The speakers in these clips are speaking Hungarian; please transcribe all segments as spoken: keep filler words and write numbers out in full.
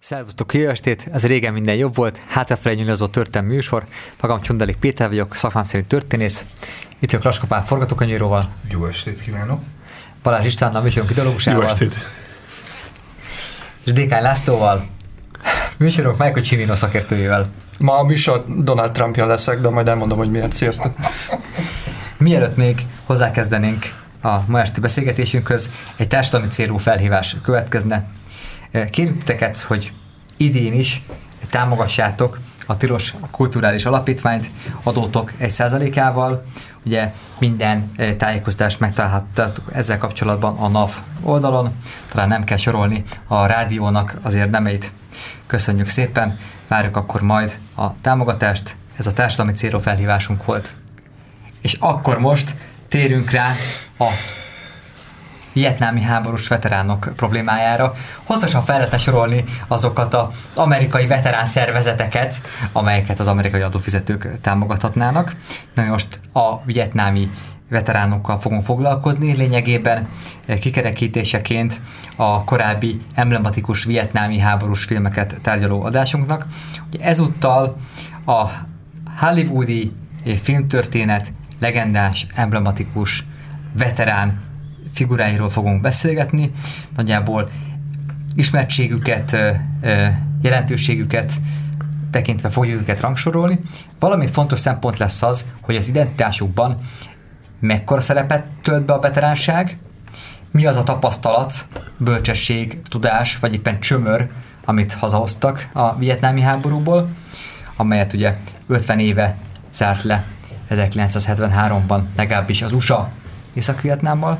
Szervusztok, jó estét! Ez régen minden jobb volt, hátrafelé nyúlazó történelmi műsor. Magam Csondelik Péter vagyok, szakmám szerint történész. Itt vagyok Laskapán forgatókönyvíróval. Jó estét kívánok! Balázs Istvánnal, műsorunk ideológusával. Jó estét! És Dékány Lászlóval, műsorunk Michael Cimino szakértőjével. Ma a műsor Donald Trumpja leszek, de majd elmondom, hogy miért. Sziasztok! Mielőtt még hozzákezdenénk a ma esti beszélgetésünkhöz, egy társadalmi célú felhívás következne. Kérjük titeket, hogy idén is támogassátok a Tilos Kulturális Alapítványt adótok egy százalékával. Ugye minden tájékoztatást megtalálhatjátok ezzel kapcsolatban a NAV oldalon. Talán nem kell sorolni a rádiónak az érdemeit. Köszönjük szépen, várjuk akkor majd a támogatást. Ez a társadalmi célú felhívásunk volt. És akkor most térünk rá a vietnámi háborús veteránok problémájára. Hosszasan fel lehetne sorolni azokat az amerikai veterán szervezeteket, amelyeket az amerikai adófizetők támogathatnának. Na most a vietnámi veteránokkal fogunk foglalkozni, lényegében kikerekítéseként a korábbi emblematikus vietnámi háborús filmeket tárgyaló adásunknak. Ugye ezúttal a hollywoodi filmtörténet legendás, emblematikus veterán figuráiról fogunk beszélgetni, nagyjából ismertségüket, jelentőségüket tekintve fogjuk őket rangsorolni. Valamint fontos szempont lesz az, hogy az identitásukban mekkora szerepet tölt be a veteránság, mi az a tapasztalat, bölcsesség, tudás, vagy éppen csömör, amit hazahoztak a vietnámi háborúból, amelyet ugye ötven éve zárt le ezerkilencszázhetvenháromban, legalábbis az u es á Észak-Vietnámmal.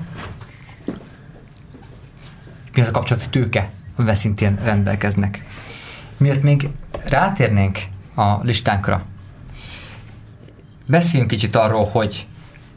Mi az a kapcsolati tőke, amivel szintén rendelkeznek. Miért még rátérnénk a listánkra, beszéljünk kicsit arról, hogy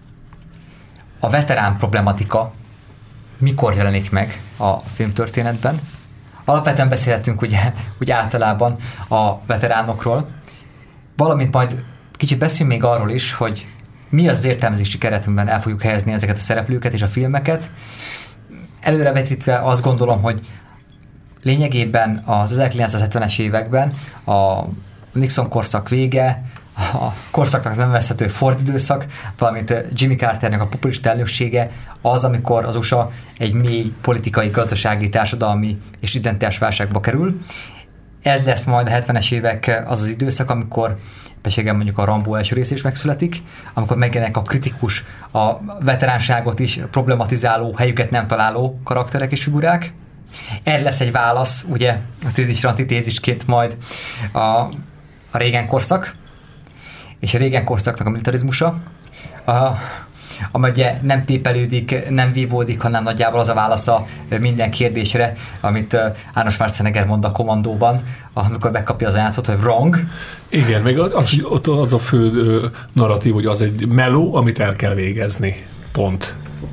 a veterán problematika mikor jelenik meg a filmtörténetben. Alapvetően beszélhetünk ugye, ugye általában a veteránokról, valamint majd kicsit beszéljünk még arról is, hogy mi az értelmezési keretünkben el fogjuk helyezni ezeket a szereplőket és a filmeket. Előrevetítve azt gondolom, hogy lényegében az ezerkilencszázhetvenes években a Nixon korszak vége, a korszaknak nem veszhető Ford időszak, valamint Jimmy Carternek a populista elnöksége az, amikor az u es á egy mély politikai, gazdasági, társadalmi és identitásválságba kerül. Ez lesz majd a hetvenes évek az az időszak, amikor Peségen mondjuk a Rambo első rész is megszületik, amikor megjelennek a kritikus, a veteránságot is problematizáló, helyüket nem találó karakterek és figurák. Ez lesz egy válasz, ugye, a tézisra antitézisként majd a, a Reagan korszak, és a Reagan korszaknak a militarizmusa, a, amely ugye nem tépelődik, nem vívódik, hanem nagyjából az a válasza minden kérdésre, amit Arnold Schwarzenegger mond a Kommandóban, amikor megkapja az ajánlatot, hogy wrong. Igen, meg az, az, ott az a fő narratív, hogy az egy meló, amit el kell végezni. Pont.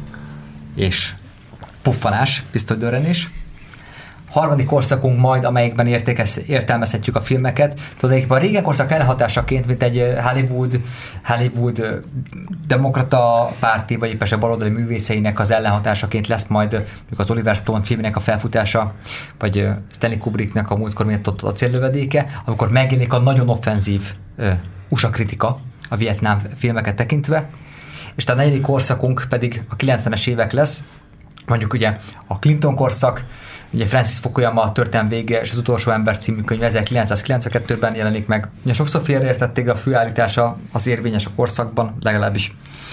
És puffanás, pisztolydörrenés. Harmadik korszakunk majd, amelyikben értékez, értelmezhetjük a filmeket. Tulajdonképpen a régen korszak elhatásaként, mint egy Hollywood, Hollywood demokrata párti, vagy éppen a baloldali művészeinek az ellenhatásaként lesz majd az Oliver Stone filmének a felfutása, vagy Stanley Kubricknek a múltkor méltott a céllövedéke, amikor megjelenik a nagyon offenzív u es á kritika a vietnám filmeket tekintve. És a negyedik korszakunk pedig a kilencvenes évek lesz, mondjuk ugye a Clinton korszak, ugye Francis Fukuyama a Történelem vége és az utolsó ember című könyv ezerkilencszázkilencvenkettőben jelenik meg. Ugye sokszor félreértették, a főállítása az érvényes a korszakban, legalábbis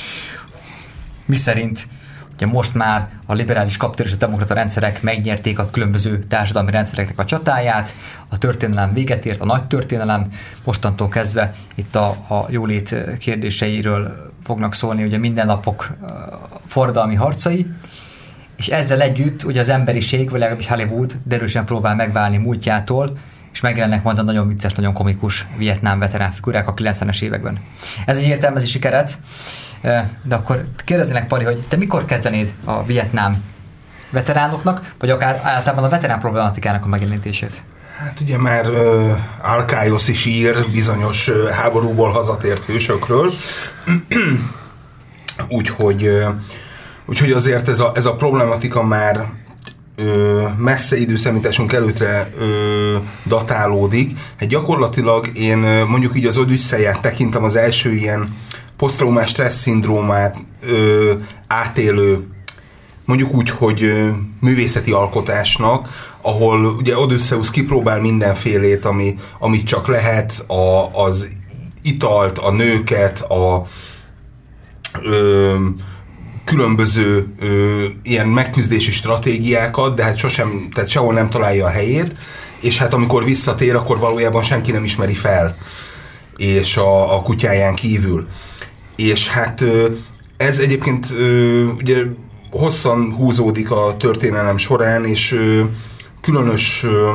mi szerint ugye most már a liberális kapitalista demokrata rendszerek megnyerték a különböző társadalmi rendszereknek a csatáját, a történelem véget ért, a nagy történelem, mostantól kezdve itt a, a jólét kérdéseiről fognak szólni ugye mindennapok forradalmi harcai, és ezzel együtt ugye az emberiség, vagy legalábbis Hollywood erősen próbál megválni múltjától, és megjelennek majd a nagyon vicces, nagyon komikus vietnám veterán figurák a kilencvenes években. Ez egy értelmezési keret, de akkor kérdeznének, Pali, hogy te mikor kezdenéd a vietnám veteránoknak, vagy akár általában a veterán problematikának a megjelenítését? Hát ugye már uh, Alkájosz is ír bizonyos uh, háborúból hazatért hősökről, úgyhogy uh, Úgyhogy azért ez a, ez a problematika már ö, messze időszámításunk előttre ö, datálódik. Hát gyakorlatilag én mondjuk így az Odüsszeiát tekintem az első ilyen posztraumás stressz szindrómát ö, átélő, mondjuk úgy, hogy ö, művészeti alkotásnak, ahol ugye Odysseus kipróbál mindenfélét, ami, amit csak lehet, a, az italt, a nőket, a ö, különböző ö, ilyen megküzdési stratégiákat, de hát sosem, tehát sehol nem találja a helyét, és hát amikor visszatér, akkor valójában senki nem ismeri fel, és a, a kutyáján kívül. És hát ö, ez egyébként ö, ugye hosszan húzódik a történelem során, és ö, különös ö,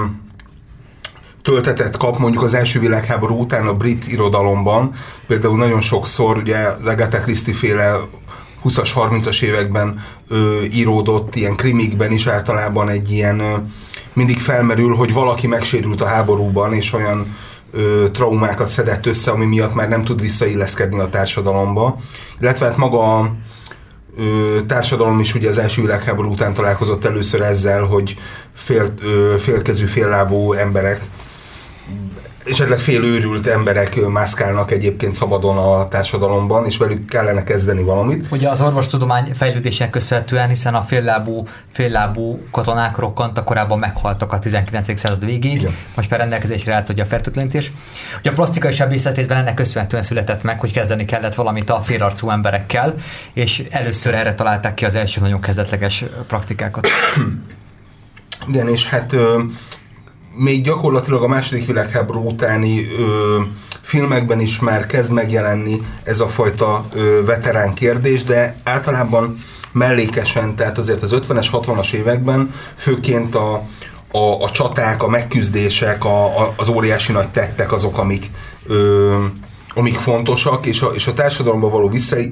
töltetet kap mondjuk az első világháború után a brit irodalomban. Például nagyon sokszor ugye az Agatha Christie féle húszas, harmincas években ö, íródott ilyen krimikben is általában egy ilyen ö, mindig felmerül, hogy valaki megsérült a háborúban, és olyan ö, traumákat szedett össze, ami miatt már nem tud visszailleszkedni a társadalomba. Illetve hát maga a ö, társadalom is ugye az első világháború után találkozott először ezzel, hogy fél, ö, félkezű, féllábú emberek, esetleg félőrült emberek mászkálnak egyébként szabadon a társadalomban, és velük kellene kezdeni valamit. Ugye az orvostudomány fejlődésének köszönhetően, hiszen a féllábú, féllábú katonák rokkantak, korábban meghaltak a tizenkilencedik század végéig, igen. Most már rendelkezésre állt ugye a fertőtlenítés. Ugye a plastikai sebészet részben ennek köszönhetően született meg, hogy kezdeni kellett valamit a félarcú emberekkel, és először erre találták ki az első nagyon kezdetleges praktikákat. Igen, és hát még gyakorlatilag a második világháború utáni ö, filmekben is már kezd megjelenni ez a fajta ö, veterán kérdés, de általában mellékesen, tehát azért az ötvenes, hatvanas években főként a, a, a csaták, a megküzdések, a, a, az óriási nagy tettek azok, amik, ö, amik fontosak, és a, és a társadalomban való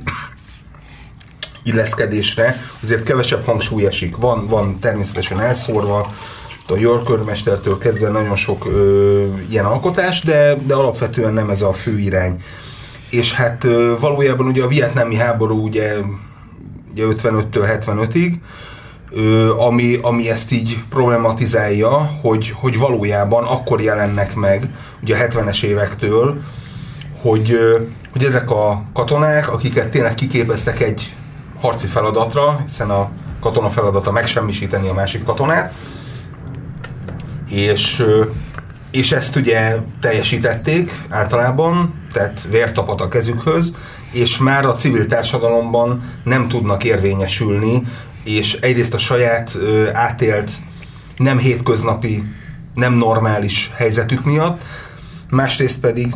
visszailleszkedésre azért kevesebb hangsúly esik. Van, van természetesen elszórva, a York-körmestertől kezdve nagyon sok ö, ilyen alkotás, de, de alapvetően nem ez a fő irány. És hát ö, valójában ugye a vietnámi háború ugye, ugye ötvenöttől hetvenötig, ö, ami, ami ezt így problematizálja, hogy, hogy valójában akkor jelennek meg ugye a hetvenes évektől, hogy, ö, hogy ezek a katonák, akiket tényleg kiképeztek egy harci feladatra, hiszen a katona feladata megsemmisíteni a másik katonát, És, és ezt ugye teljesítették általában, tehát vér tapad a kezükhöz, és már a civil társadalomban nem tudnak érvényesülni, és egyrészt a saját ö, átélt, nem hétköznapi, nem normális helyzetük miatt, másrészt pedig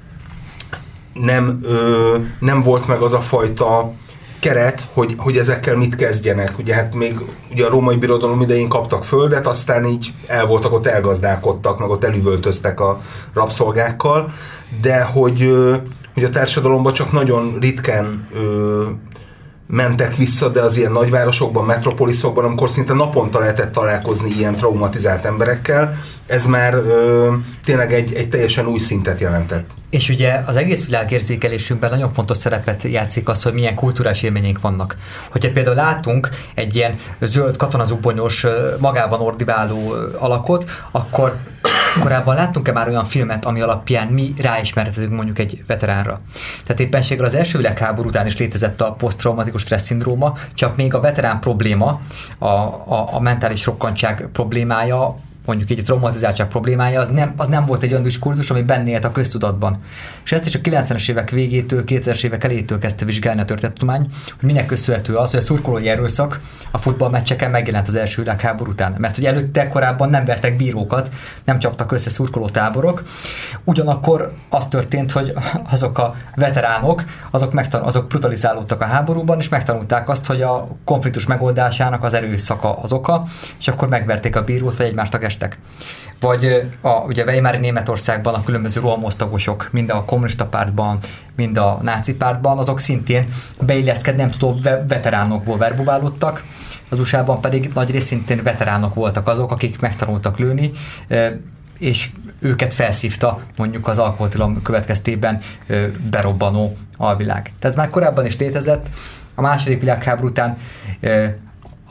nem, ö, nem volt meg az a fajta keret, hogy, hogy ezekkel mit kezdjenek. Ugye hát még ugye a római birodalom idején kaptak földet, aztán így el voltak, ott elgazdálkodtak, meg ott elüvöltöztek a rabszolgákkal, de hogy, hogy a társadalomban csak nagyon ritkán ö, mentek vissza, de az ilyen nagyvárosokban, metropoliszokban, amikor szinte naponta lehetett találkozni ilyen traumatizált emberekkel, ez már ö, tényleg egy, egy teljesen új szintet jelentett. És ugye az egész világérzékelésünkben nagyon fontos szerepet játszik az, hogy milyen kulturális élményeink vannak. Hogyha például látunk egy ilyen zöld katonazubonyos, magában ordibáló alakot, akkor korábban láttunk-e már olyan filmet, ami alapján mi ráismerhetünk mondjuk egy veteránra. Tehát éppenséggel az első világháború után is létezett a posztraumatikus stressz szindróma, csak még a veterán probléma, a, a, a mentális rokkantság problémája, mondjuk így a traumatizáltság problémája, az nem, az nem volt egy olyan diskurzus, ami benne élt a köztudatban. És ezt is a kilencvenes évek végétől, kétezres évek elétől kezdte vizsgálni a történettudomány, hogy minek köszönhető az, hogy a szurkolói erőszak a futballmeccseken megjelent az első világháború után. Mert hogy előtte korábban nem vertek bírókat, nem csaptak össze szurkolótáborok. Ugyanakkor az történt, hogy azok a veteránok, azok, megtanul, azok brutalizálódtak a háborúban, és megtanulták azt, hogy a konfliktus megoldásának az erőszaka az oka, és akkor megverték a bírót, vagy egymást estek. Vagy a, ugye Weimári Németországban a különböző rohamosztagosok, mind a kommunista pártban, mind a náci pártban, azok szintén beilleszkedni nem tudó veteránokból verbuválódtak, az u es á-ban pedig nagy rész szintén veteránok voltak azok, akik megtanultak lőni, és őket felszívta mondjuk az alkoholtilalom következtében berobbanó alvilág. Tehát ez már korábban is létezett, a második világháború után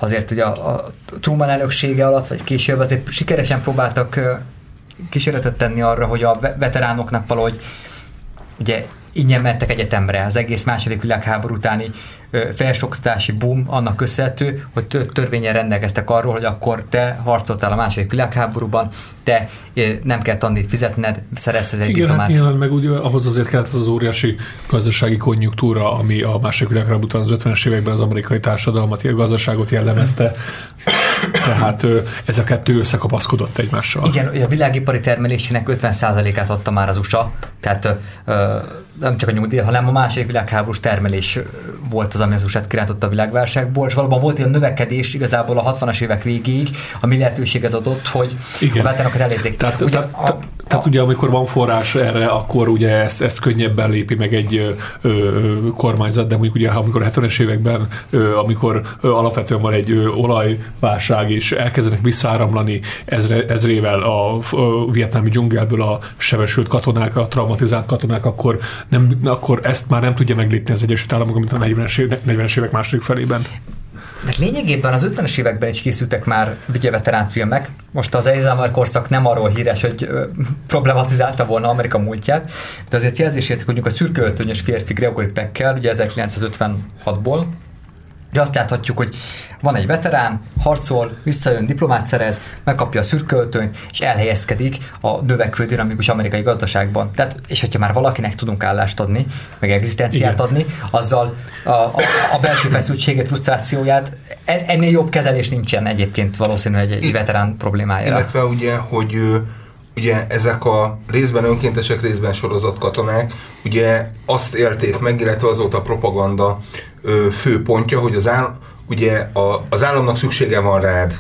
azért ugye a, a Truman elnöksége alatt, vagy később azért sikeresen próbáltak kísérletet tenni arra, hogy a veteránoknak valahogy ugye ingyen mentek egyetemre. Az egész második világháború utáni felsőoktatási boom annak köszönhető, hogy törvényen rendelkeztek arról, hogy akkor te harcoltál a második világháborúban, te nem kell tandít fizetned, szerezted egy diplomát. Igen, hát nyilván meg úgy, ahhoz azért kellett az, az óriási gazdasági konjunktúra, ami a második világháború után az ötvenes években az amerikai társadalmat, a gazdaságot jellemezte. Tehát ez a kettő összekapaszkodott egymással. Igen, a világipari termelésének ötven százalékát adta már az u es á, tehát nem csak a nyugdíj, hanem a második világháborús termelés volt az, ami az u es á-t kirántotta a világválságból, és valóban volt ilyen növekedés igazából a hatvanas évek végéig, ami lehetőséget adott, hogy igen. a veteránokat elézzék. Tehát, ugye, tehát, a, tehát a, ugye amikor van forrás erre, akkor ugye ezt, ezt könnyebben lépi meg egy ö, ö, kormányzat, de mondjuk ugye amikor a hetvenes években, ö, amikor ö, alapvetően van egy ö, olajválság, és elkezdenek visszaáramlani ezre, ezrével a, a vietnámi dzsungelből a sebesült katonák, a traumatizált katonák, akkor, nem, akkor ezt már nem tudja meglépni az Egyesült Államok, mint a negyvenes évek második felében. Mert lényegében az ötvenes években is készültek már veterán filmek. Most az Eisenhower korszak nem arról híres, hogy ö, problematizálta volna Amerika múltját, de azért jelzésérték, hogy a szürkeöltönyös férfi Gregory Peckkel, ugye ezerkilencszázötvenhatból, ugye azt láthatjuk, hogy van egy veterán, harcol, visszajön, diplomát szerez, megkapja a szürkeöltönyt, és elhelyezkedik a növekvő dinamikus amerikai gazdaságban. Tehát, és hogyha már valakinek tudunk állást adni, meg egzisztenciát igen. adni, azzal a, a, a belső feszültséget, frusztrációját, ennél jobb kezelés nincsen egyébként valószínűleg egy, egy veterán problémájára. Illetve ugye, hogy ugye ezek a részben önkéntesek, részben sorozott katonák, ugye azt élték meg, illetve az volt a propaganda fő pontja, hogy az, áll, ugye a, az államnak szüksége van rád,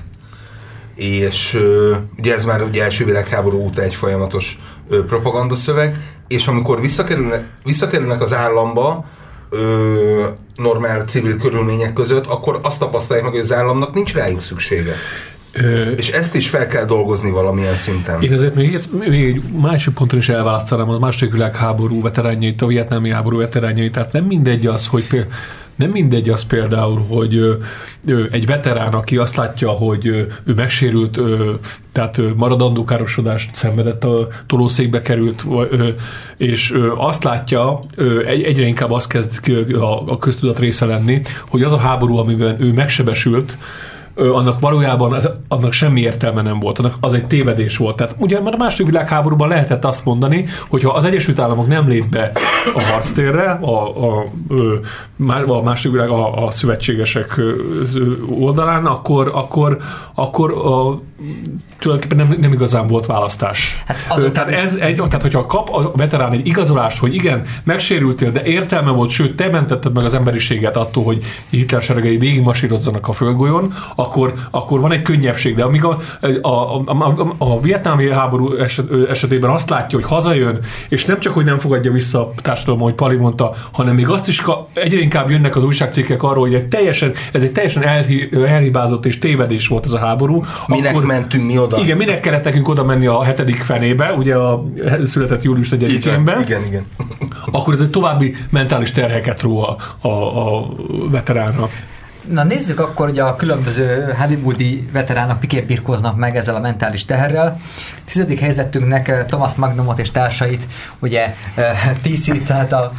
és ugye ez már ugye első világháború óta egy folyamatos propagandaszöveg, és amikor visszakerülnek, visszakerülnek az államba ö, normál civil körülmények között, akkor azt tapasztalják meg, hogy az államnak nincs rájuk szüksége. Ö, és ezt is fel kell dolgozni valamilyen szinten. Én azért még, még egy másik ponton is elválasztanám a második világháború veteránjait, a vietnámi háború veteránjait, tehát nem mindegy az, hogy például Nem mindegy az például, hogy ö, ö, egy veterán, aki azt látja, hogy ö, ő megsérült, ö, tehát ö, maradandó károsodást szenvedett, a tolószékbe került, ö, és ö, azt látja, ö, egy, egyre inkább azt kezd a, a köztudat része lenni, hogy az a háború, amiben ő megsebesült, annak valójában az, annak semmi értelme nem volt, annak az egy tévedés volt. Tehát ugye már a második világháborúban lehetett azt mondani, hogyha az Egyesült Államok nem lép be a harctérre, a, a, a, a második világ a, a szövetségesek oldalán, akkor, akkor, akkor a, tulajdonképpen nem, nem igazán volt választás. Hát tehát, ez egy, tehát, hogyha kap a veterán egy igazolást, hogy igen, megsérültél, de értelme volt, sőt, te mentetted meg az emberiséget attól, hogy Hitler seregei végigmasírozzanak a földgolyón, akkor, akkor van egy könnyebbség. De amíg a, a, a, a, a vietnámi háború eset, esetében azt látja, hogy hazajön, és nem csak, hogy nem fogadja vissza a társadalom, ahogy Pali mondta, hanem még azt is egyre inkább jönnek az újságcikkek arról, hogy egy teljesen, ez egy teljesen elhibázott és tévedés volt ez a háború. Minek akkor, mentünk mi oda? Igen, minek kellett nekünk oda menni a hetedik fenébe, ugye a született július negyedikében. Igen, igen. Akkor ez egy további mentális terheket ró a, a, a veteránnak. Na nézzük akkor, hogy a különböző hollywoodi veteránok miképp birkóznak meg ezzel a mentális teherrel. Tizedik helyzetünknek Thomas Magnumot és társait, ugye té cé, tehát a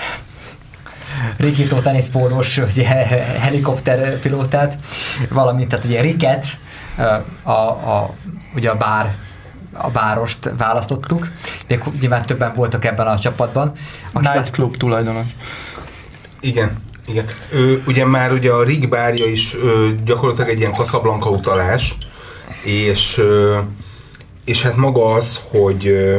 rikító teniszpólós ugye, helikopterpilótát, valamint tehát ugye Ricket, a, a, ugye a bár a bárost választottuk, még nyilván többen voltak ebben a csapatban. Nightclub tulajdonos. Igen, igen. Ö, ugye már ugye a Rick bárja is ö, gyakorlatilag egy ilyen Casablanca utalás, és, ö, és hát maga az, hogy ö,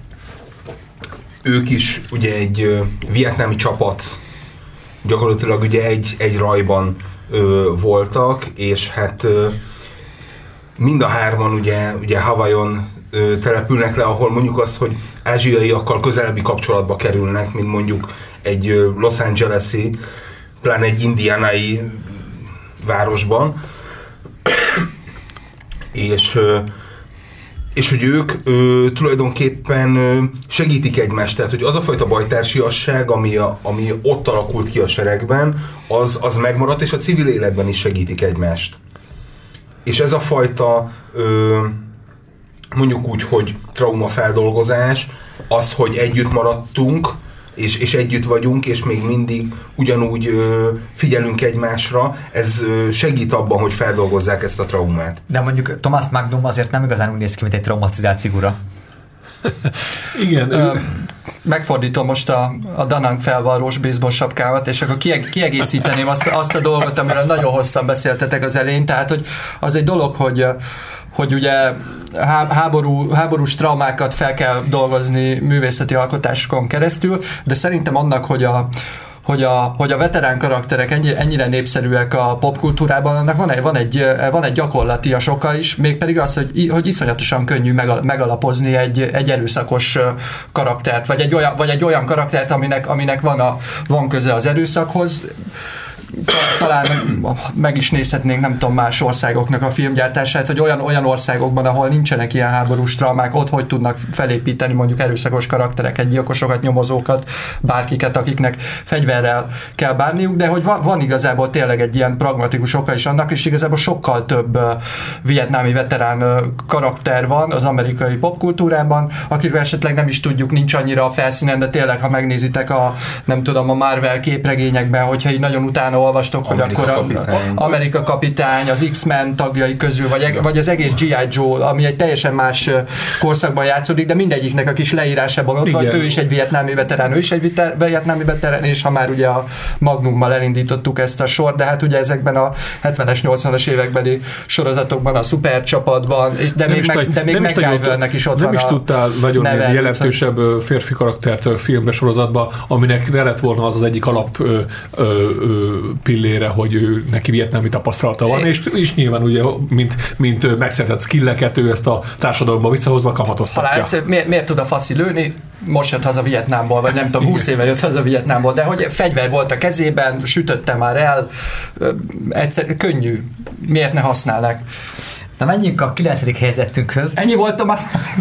ők is ugye egy ö, vietnámi csapat, gyakorlatilag ugye egy, egy rajban ö, voltak, és hát ö, mind a hárman ugye, ugye Hawaiion ö, települnek le, ahol mondjuk az, hogy ázsiaiakkal közelebbi kapcsolatba kerülnek, mint mondjuk egy ö, Los Angeles-i, pláne egy indianai városban. és, ö, és hogy ők ö, tulajdonképpen ö, segítik egymást, tehát hogy az a fajta bajtársiasság, ami, a, ami ott alakult ki a seregben, az, az megmaradt, és a civil életben is segítik egymást. És ez a fajta ö, mondjuk úgy, hogy traumafeldolgozás, az, hogy együtt maradtunk, és, és együtt vagyunk, és még mindig ugyanúgy ö, figyelünk egymásra, ez ö, segít abban, hogy feldolgozzák ezt a traumát. De mondjuk Thomas Magnum azért nem igazán úgy néz ki, mint egy traumatizált figura. Igen. Ö, megfordítom most a, a Danang felvarrós baseball sapkámat, és akkor kieg, kiegészíteném azt, azt a dolgot, amiről nagyon hosszan beszéltetek az elején, tehát hogy az egy dolog, hogy hogy ugye háború, háborús traumákat fel kell dolgozni művészeti alkotásokon keresztül, de szerintem annak, hogy a Hogy a, hogy a veterán karakterek ennyi, ennyire népszerűek a popkultúrában, annak van egy, van egy, van egy gyakorlatias oka is, mégpedig az, hogy, hogy iszonyatosan könnyű megalapozni egy, egy erőszakos karaktert, vagy egy olyan, vagy egy olyan karaktert, aminek, aminek van, a, van köze az erőszakhoz. Talán meg is nézhetnénk, nem tudom, más országoknak a filmgyártását, hogy olyan, olyan országokban, ahol nincsenek ilyen háborús traumák, ott hogy tudnak felépíteni mondjuk erőszakos karaktereket, gyilkosokat, nyomozókat, bárkiket, akiknek fegyverrel kell bánniuk, de hogy van, van igazából tényleg egy ilyen pragmatikus oka is annak, és igazából sokkal több uh, vietnámi veterán uh, karakter van az amerikai popkultúrában, akivel esetleg nem is tudjuk, nincs annyira a felszínen, de tényleg, ha megnézitek a, nem tudom, a Marvel képregényekben, hogyha így nagyon utána olvastok, hogy Amerika akkor a, kapitány. Amerika kapitány, az X-Men tagjai közül, vagy, vagy az egész G I. Joe, ami egy teljesen más korszakban játszódik, de mindegyiknek a kis leírásában ott van, ő is egy vietnámi veterán, ő is egy vietnámi veterán, és ha már ugye a Magnummal elindítottuk ezt a sort, de hát ugye ezekben a hetvenes, nyolcvanas évekbeli sorozatokban, a szupercsapatban, de még, meg, de még MacGyvernek is ott nem van is a tudtál nagyon neve, jelentősebb úgy, férfi karaktert filmbe, sorozatba, aminek ne lett volna az az egyik alap ö, ö, ö, pillére, hogy ő neki vietnámi tapasztalata van, és, és nyilván ugye, mint, mint megszerzett skilleket, ő ezt a társadalomba visszahozva kamatoztatja. Halál, miért, miért tud a faszi lőni? Most jött haza Vietnámból, vagy nem tudom, húsz éve jött haza Vietnámból, de hogy fegyver volt a kezében, sütötte már el, egyszer, könnyű. Miért ne használnak? Na menjünk a kilencedik helyzetünkhöz. Ennyi volt, Thomas?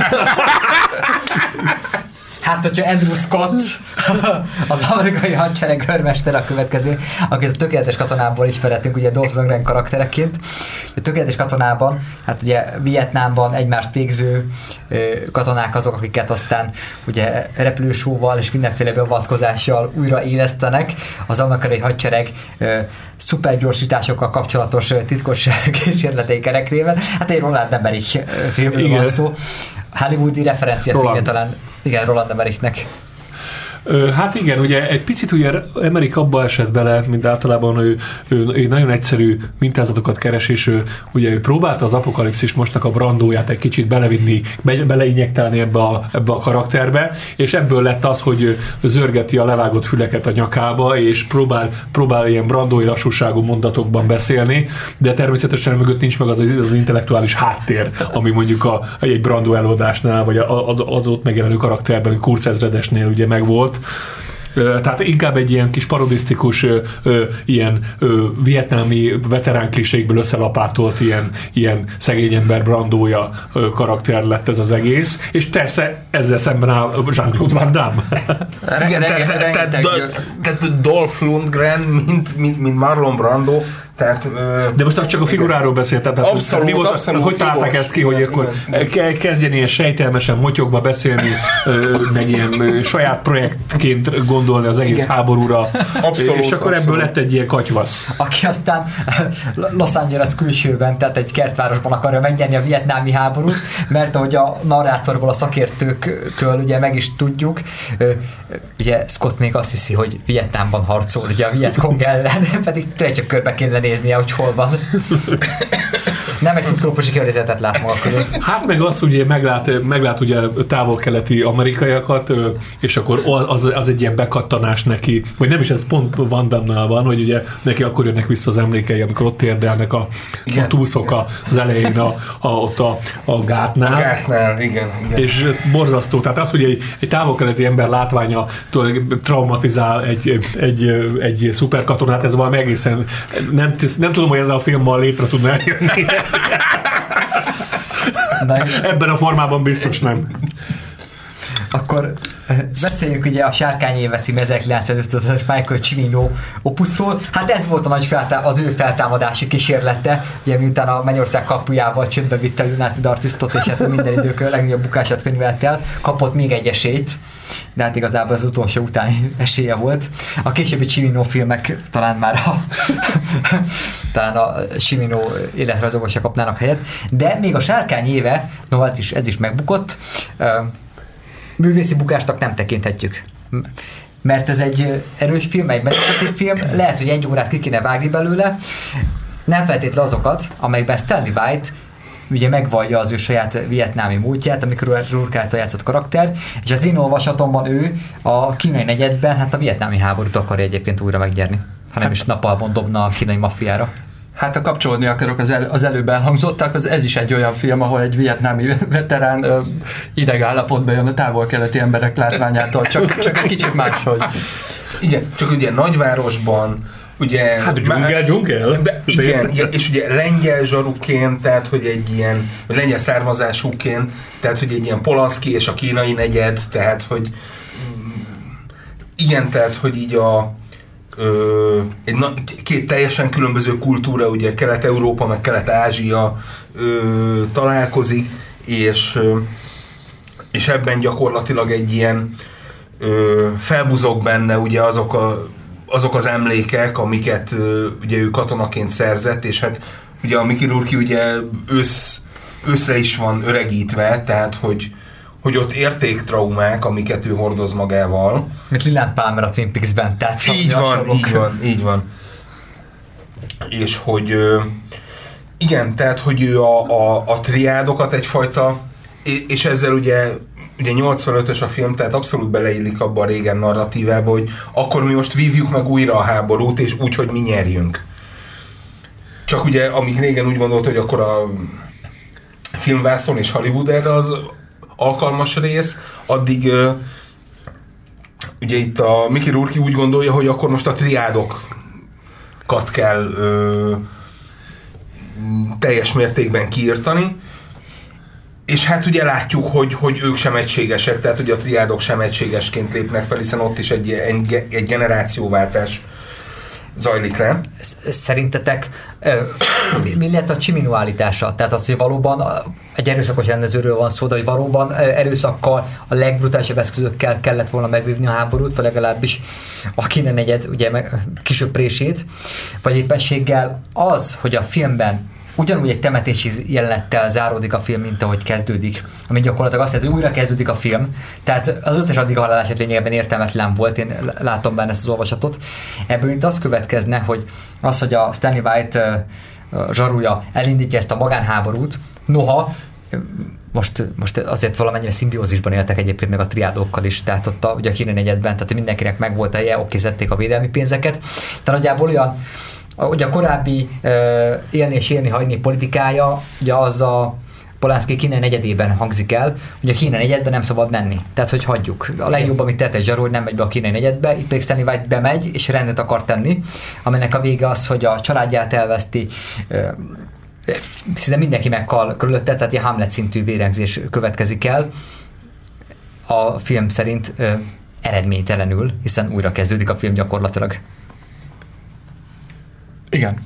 Hát, hogyha Andrew Scott, az amerikai hadsereg őrmester a következő, akit a Tökéletes Katonából ismerhetünk, ugye Dolph Lundgren karaktereként. A Tökéletes Katonában, hát ugye Vietnámban egymást végző katonák azok, akiket aztán ugye repülősóval és mindenféle beavatkozással újra élesztenek. Az amerikai hadsereg szupergyorsításokkal kapcsolatos titkos kísérletei kerekében. Hát egy Roland Emmerich filmről van szó. Hollywoodi referencia filmje talán, igen, Roland Emmerichnek. Hát igen, ugye egy picit ugye Emmerich abba esett bele, mint általában ő, ő, ő nagyon egyszerű mintázatokat keres, és ő, ugye ő próbálta az Apokalipszis mostnak a Brandóját egy kicsit belevinni, be, beleinjektálni ebbe a, ebbe a karakterbe, és ebből lett az, hogy zörgeti a levágott füleket a nyakába, és próbál, próbál ilyen brandói lassúságú mondatokban beszélni, de természetesen mögött nincs meg az az intellektuális háttér, ami mondjuk a, egy Brandó előadásnál, vagy az, az ott megjelenő karakterben, Kurz ezredesnél ugye megvolt. Tehát inkább egy ilyen kis parodisztikus, ö, ö, ilyen ö, vietnámi veterán klisékből összelapátolt ilyen, ilyen szegény ember Brandója ö, karakter lett ez az egész, és persze ezzel szemben áll Jean-Claude Van Damme. Igen, tehát Dolph Lundgren, mint, mint, mint Marlon Brando, tehát, ö, de most csak a figuráról beszéltem. Abszolút, mi volt, abszolút. hogy tárták ezt ki, hogy akkor kezdjen ilyen sejtelmesen motyogva beszélni, meg ilyen saját projektként gondolni az egész igen. háborúra, abszolút, és akkor abszolút. Ebből lett egy ilyen katyvasz. Aki aztán Los Angeles külsőben, tehát egy kertvárosban akarja megnyerni a vietnámi háborút, mert ahogy a narrátorból, a szakértőktől ugye meg is tudjuk, ugye Scott még azt hiszi, hogy Vietnámban harcol ugye a Vietkong ellen, pedig tényleg csak körbe kéne néznie, hogy hol van. Nem egy szubtrópusi környezetet lát maga körül. Hát meg az, hogy meglát, meglát ugye távol-keleti amerikaiakat, és akkor az, az egy ilyen bekattanás neki, vagy nem is ez pont Van Damme-nál van, hogy ugye neki akkor jönnek vissza az emlékei, amikor ott érdelnek a, a túszok az elején a, a, ott a, a gátnál. A gátnál, igen, igen. És borzasztó. Tehát az, hogy egy, egy távol-keleti ember látványa traumatizál egy, egy, egy szuperkatonát, ez valami egészen nem, nem tudom, hogy ezzel a filmmel létre tudna eljönni. Ebben a formában biztos nem. Akkor beszéljünk ugye a Sárkány éve című ezerkilencszázötvenes Michael Cimino opuszról. Hát ez volt a nagy feltá- az ő feltámadási kísérlete, ugye miután a Mennyország kapujával csődbe vitte a United Artistot, és hát minden idők legnagyobb bukását könyvelt el, kapott még egy esélyt, de hát igazából az utolsó utáni esélye volt. A későbbi Cimino filmek talán már a talán a Cimino életrajzokban se kapnának helyet, de még a Sárkány éve, no ez is, ez is megbukott, művészi bukásnak nem tekinthetjük. Mert ez egy erős film, egy meditatív film, lehet, hogy egy órát ki kéne vágni belőle, nem feltétlenül azokat, amelyekben Stanley White ugye megvallja az ő saját vietnámi múltját, amikor Rourke által játszott karakter, és az én olvasatomban ő a kínai negyedben hát a vietnámi háborút akarja egyébként újra megnyerni, hanem hát, is napalmon dobna a kínai maffiára. Hát ha kapcsolódni akarok az, el, az előbb elhangzottak, az ez is egy olyan film, ahol egy vietnámi veterán ö, idegállapotba jön a távol-keleti emberek látványától, csak, csak egy kicsit máshogy. Igen, csak ugye nagyvárosban, ugye... Hát dzsungel, dzsungel. Igen, igen, és ugye lengyel zsaruként, tehát hogy egy ilyen, vagy lengyel származásúként, tehát hogy egy ilyen Polanszky és a kínai negyed, tehát hogy igen, tehát hogy így a Ö, egy na, két teljesen különböző kultúra, ugye Kelet-Európa meg Kelet-Ázsia ö, találkozik, és, ö, és ebben gyakorlatilag egy ilyen ö, felbuzog benne ugye azok, a, azok az emlékek, amiket ö, ugye ő katonaként szerzett, és hát ugye a Mickey Rourke ugye ősz, őszre is van öregítve, tehát hogy hogy ott értéktraumák, amiket ő hordoz magával. Mint Leland Palmer a Twin Peaks-ben. Tehát így van, így van, így van. És hogy igen, tehát hogy ő a, a, a triádokat egyfajta, és ezzel ugye, ugye nyolcvanötös a film, tehát abszolút beleillik abba a régen narratívába, hogy akkor mi most vívjuk meg újra a háborút, és úgy, hogy mi nyerjünk. Csak ugye, amíg régen úgy gondolt, hogy akkor a filmvászon és Hollywood erre az alkalmas rész, addig uh, ugye itt a Mickey Rourke úgy gondolja, hogy akkor most a triádokat kell uh, teljes mértékben kiírtani, és hát ugye látjuk, hogy, hogy ők sem egységesek, tehát ugye a triádok sem egységesként lépnek fel, hiszen ott is egy, egy, egy generációváltás zajlik le. Szerintetek mi lett a Cimino állítása? Tehát az, hogy valóban egy erőszakos rendezőről van szó, de hogy valóban erőszakkal, a legbrutálisabb eszközökkel kellett volna megvívni a háborút, vagy legalábbis a kínai negyed ugye meg kisöprését, vagy éppenséggel az, hogy a filmben ugyanúgy egy temetési jelenettel záródik a film, mint ahogy kezdődik, ami gyakorlatilag azt jelenti, hogy újra kezdődik a film. Tehát az összes addig a halálását lényegében értelmetlen volt, én látom benne ezt az olvasatot. Ebből itt az következne, hogy az, hogy a Stanley White uh, zsarúja elindítja ezt a magánháborút, noha most, most azért valamennyire szimbiózisban éltek egyébként meg a triádokkal is, tehát ott a, ugye a kínai negyedben, tehát hogy mindenkinek megvolt a helye, oké, szedték a védelmi pénzeket. Tehát nagyjából olyan, ugye a korábbi uh, élni és élni hagyni politikája, ugye az a Polanszky kínai negyedében hangzik el, hogy a kínai negyedben nem szabad menni. Tehát, hogy hagyjuk. A legjobb, amit tett egy zsaró, hogy nem megy be a kínai negyedbe, itt pedig Stanley White bemegy, és rendet akar tenni, aminek a vége az, hogy a családját elveszti, uh, szinte mindenki meghal körülötte, tehát egy Hamlet szintű vérengzés következik el. A film szerint uh, eredménytelenül, hiszen újra kezdődik a film gyakorlatilag. Igen.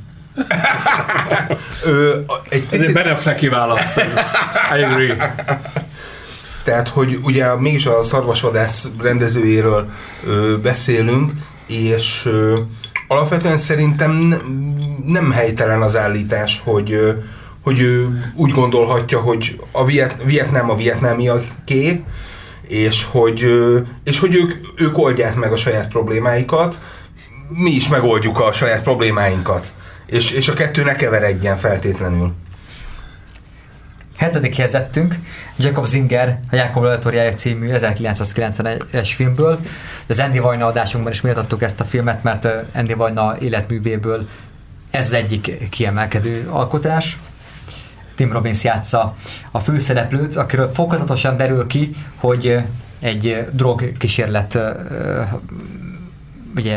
Ö, egy picit... Ez egy Ben Afflecki válasz. I agree. Tehát, hogy ugye mégis a Szarvasvadász rendezőjéről ö, beszélünk, és ö, alapvetően szerintem nem helytelen az állítás, hogy, ö, hogy ő úgy gondolhatja, hogy a Viet, Vietnám a vietnámiaké, és hogy, ö, és hogy ők, ők oldják meg a saját problémáikat, mi is megoldjuk a saját problémáinkat. És, és a kettő ne keveredjen feltétlenül. Hetedik helyezettünk Jacob Singer, a Jákob Laboratóriája című ezerkilencszázkilencvenes filmből. Az Andy Vajna adásunkban is méltattuk ezt a filmet, mert Andy Vajna életművéből ez az egyik kiemelkedő alkotás. Tim Robbins játsza a főszereplőt, akiről fokozatosan derül ki, hogy egy drogkísérlet ugye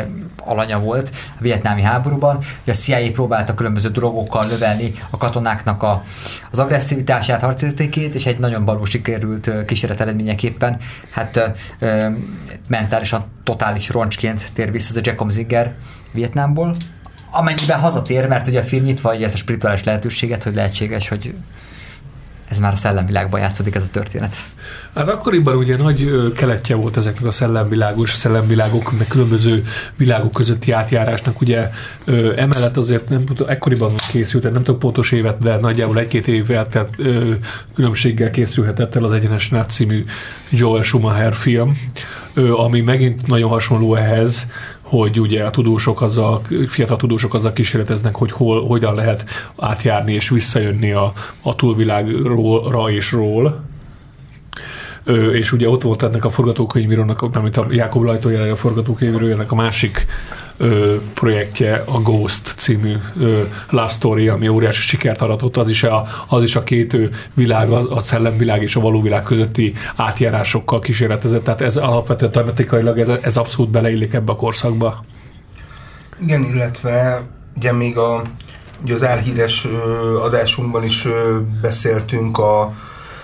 alanya volt a vietnámi háborúban, hogy a C I A próbálta különböző drogokkal növelni a katonáknak a, az agresszivitását, harcértékét, és egy nagyon balul sikerült kísérlet eredményeképpen hát ö, mentálisan totális roncsként tér vissza ez a Giacomo Zinger Vietnámból, amennyiben hazatér, mert ugye a film nyitva adja ezt a spirituális lehetőséget, hogy lehetséges, hogy ez már a szellemvilágban játszódik ez a történet. Hát akkoriban ugye nagy keletje volt ezeknek a szellemvilágos szellemvilágok, meg különböző világok közötti átjárásnak, ugye emellett azért nem tudom, ekkoriban készült, nem tudok pontos évet, de nagyjából egy-két évvel, tehát különbséggel készülhetett el az Egyenes Nát című Joel Schumacher film, ami megint nagyon hasonló ehhez, hogy ugye a tudósok azzal, fiatal tudósok azzal kísérleteznek, hogy hol, hogyan lehet átjárni és visszajönni a, a túlvilágra és ról. Ö, és ugye ott volt ennek a forgatókönyvírónak, amit a Jákob Lajtó jelenleg a forgatókönyvírójának a másik ö, projektje, a Ghost című ö, Love Story, ami óriási sikert aratott, az is a, az is a két ö, világ, a, a szellemvilág és a való világ közötti átjárásokkal kísérletezett, tehát ez alapvetően tematikailag ez, ez abszolút beleillik ebbe a korszakba. Igen, illetve ugye még a, ugye az álhíres ö, adásunkban is ö, beszéltünk a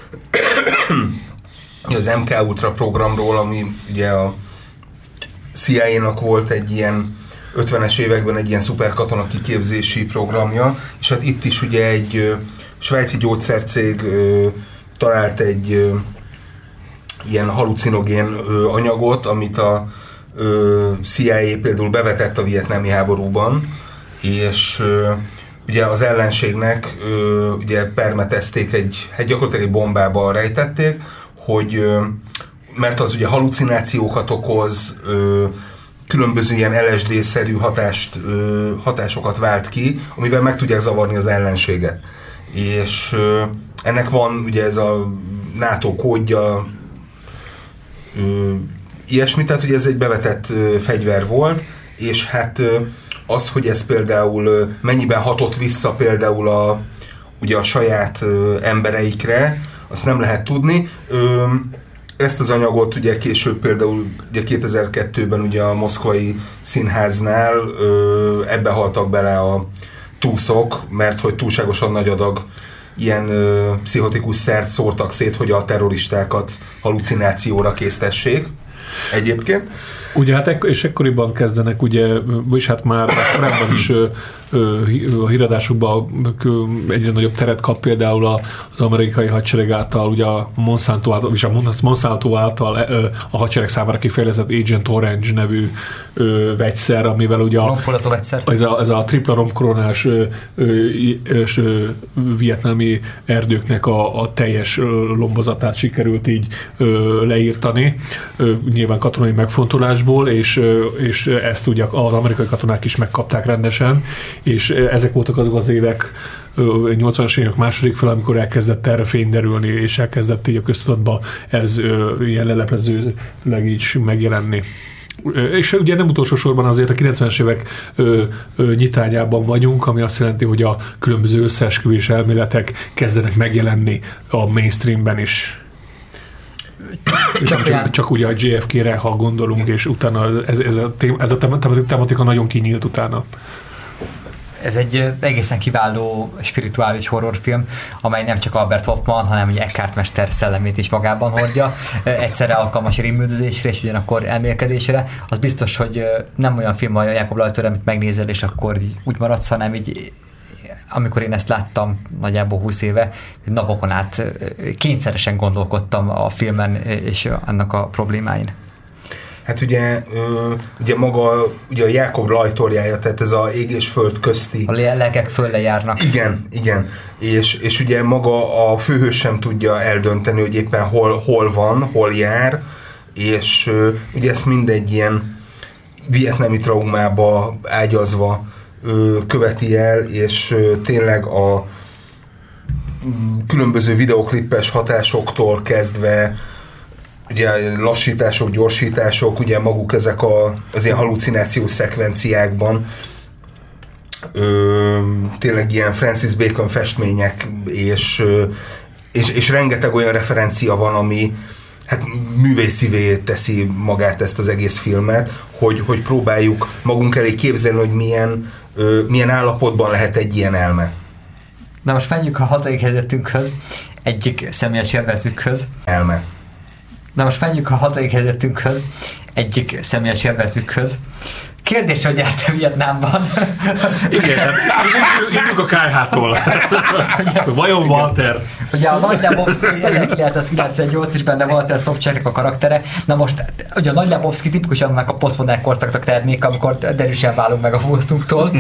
az em ká Ultra programról, ami ugye a C I A-nak volt egy ilyen ötvenes években egy ilyen szuperkatona kiképzési programja, és hát itt is ugye egy ö, svájci gyógyszercég ö, talált egy ö, ilyen halucinogén ö, anyagot, amit a ö, C I A például bevetett a vietnámi háborúban, és ö, ugye az ellenségnek ö, ugye permetezték egy, egy gyakorlatilag egy bombába rejtették, hogy, mert az ugye halucinációkat okoz, különböző ilyen el es dé-szerű hatást, hatásokat vált ki, amivel meg tudják zavarni az ellenséget. És ennek van ugye ez a NATO kódja, ilyesmi, tehát ugye ez egy bevetett fegyver volt, és hát az, hogy ez például mennyiben hatott vissza például a, ugye a saját embereikre, azt nem lehet tudni. Ö, ezt az anyagot ugye később például ugye kétezer-kettőben ugye a moszkvai színháznál ö, ebbe haltak bele a túszok, mert hogy túlságosan nagy adag ilyen ö, pszichotikus szert szórtak szét, hogy a terroristákat halucinációra késztessék egyébként. Ugye hát ekk- és ekkoriban kezdenek, ugye, vagyis hát már korábban is ö, ö, a híradásokban egyre nagyobb teret kap például az amerikai hadsereg által, ugye a Monsanto által, és a Monsanto által ö, a hadsereg számára kifejezett Agent Orange nevű ö, vegyszer, amivel ugye a, ez, a, ez a tripla romkoronás ö, ö, ö, vietnámi erdőknek a, a teljes lombozatát sikerült így ö, leírtani, ö, nyilván katonai megfontolás, és, és ezt ugye az amerikai katonák is megkapták rendesen, és ezek voltak azok az évek, nyolcvanas évek második fel, amikor elkezdett erre fény derülni, és elkezdett így a köztudatban ez ilyen leleplezőleg így megjelenni. És ugye nem utolsó sorban azért a kilencvenes évek ö, ö, nyitányában vagyunk, ami azt jelenti, hogy a különböző összeesküvés elméletek kezdenek megjelenni a mainstreamben is. Csak, csak, csak ugye a jé ef ká-re, ha gondolunk, és utána ez, ez, a, ez a tematika nagyon kinyílt utána. Ez egy egészen kiváló spirituális horrorfilm, amely nem csak Albert Hoffman, hanem ugye Eckhart mester szellemét is magában hordja. Egyszerre alkalmas rémüldözésre és ugyanakkor elmélkedésre. Az biztos, hogy nem olyan film a Jákob Lajtól, amit megnézel, és akkor úgy maradsz, hanem így amikor én ezt láttam nagyjából húsz éve, napokon át kényszeresen gondolkodtam a filmen és annak a problémáin. Hát ugye, ugye maga ugye a Jákob Lajtorjája, tehát ez a ég és föld közti. A lelkek fölle járnak. Igen, igen. És, és ugye maga a főhős sem tudja eldönteni, hogy éppen hol, hol van, hol jár, és ugye ezt mindegy ilyen vietnámi traumába ágyazva követi el, és tényleg a különböző videoklippes hatásoktól kezdve ugye lassítások, gyorsítások, ugye maguk ezek a, az ilyen halucinációs szekvenciákban ö, tényleg ilyen Francis Bacon festmények, és, és, és rengeteg olyan referencia van, ami hát művészivé teszi magát ezt az egész filmet, hogy, hogy próbáljuk magunk elé képzelni, hogy milyen, ö, milyen állapotban lehet egy ilyen elme. Na most menjünk a hatodik helyzetünkhöz, egyik személyes élvezőkhöz. Elme. Na most menjünk a hatodik helyzetünkhöz, egyik személyes élvezőkhöz. Kérdés, hogy jártam Vietnámban. Igen, tehát induljuk a ká há-tól. Vajon Walter? Ugye a Nagy Lebowski ezerkilencszázkilencvennyolc is benne Walter Sobchaknak a karaktere. Na most, ugye a Nagy Lebowski tipikusan meg a posztmodern korszaknak termék, amikor derűsen válunk meg a múltunktól.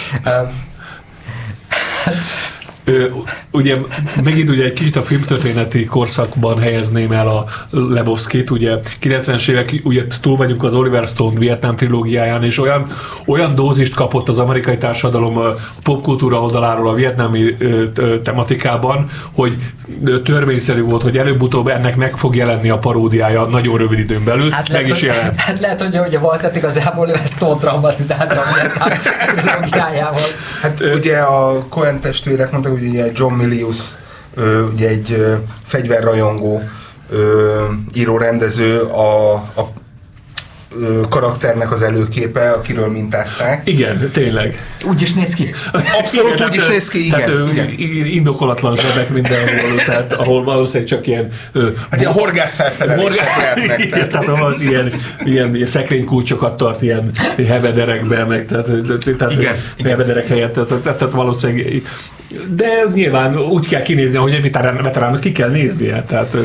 Ö, ugye megint ugye egy kicsit a filmtörténeti korszakban helyezném el a Lebowskit, ugye kilencvenes évek, ugye túl vagyunk az Oliver Stone Vietnám trilógiáján, és olyan, olyan dózist kapott az amerikai társadalom popkultúra oldaláról a vietnámi ö, ö, tematikában, hogy törvényszerű volt, hogy előbb-utóbb ennek meg fog jelenni a paródiája nagyon rövid időn belül, hát meg lehet, is jelent. Hát lehet, hogy, hogy a Waltert igazából Oliver Stone traumatizálta a Vietnám trilógiájával. Hát ö, ugye a Coen testvérek mondták, hogy ugye John Milius, ugye egy fegyverrajongó író-rendező, a, a karakternek az előképe, akiről mintázták. Igen, tényleg. Úgy is néz ki. Abszolút igen, úgy is néz ki, igen. Tehát, igen. Indokolatlan zsebek mindenhol, tehát ahol valószínűleg csak ilyen... Hát ilyen horgászfelszerelések lehetnek. Igen, tehát ahol az ilyen, ilyen, ilyen szekrénykulcsokat tart ilyen hevederekben, meg tehát, tehát igen, hevederek helyett, tehát, tehát, tehát valószínűleg... De nyilván úgy kell kinézni, hogy egy veteránnak ki kell néznie, tehát...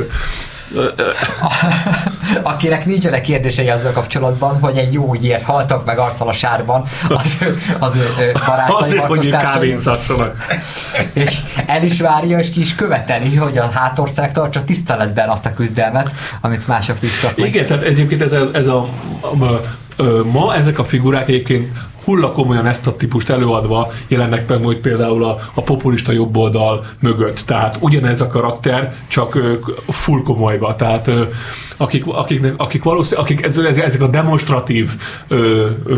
Akinek nincsenek kérdései azzal kapcsolatban, hogy egy jó ügyért haltak meg arccal a sárban az ő, az ő barátai, azért, hogy kávét szatszanak. És el is várja, és ki is követeli, hogy a hátország tartsa tiszteletben azt a küzdelmet, amit mások vívtak meg. Igen, tehát egyébként ez, ez a, a, a, a ma ezek a figurák egyébként hulla komolyan ezt a típust előadva jelennek meg majd például a, a populista jobboldal mögött. Tehát ugyanez a karakter, csak full komolyba. Tehát akik, akik, akik valószínűleg, akik ezek a demonstratív ö, ö,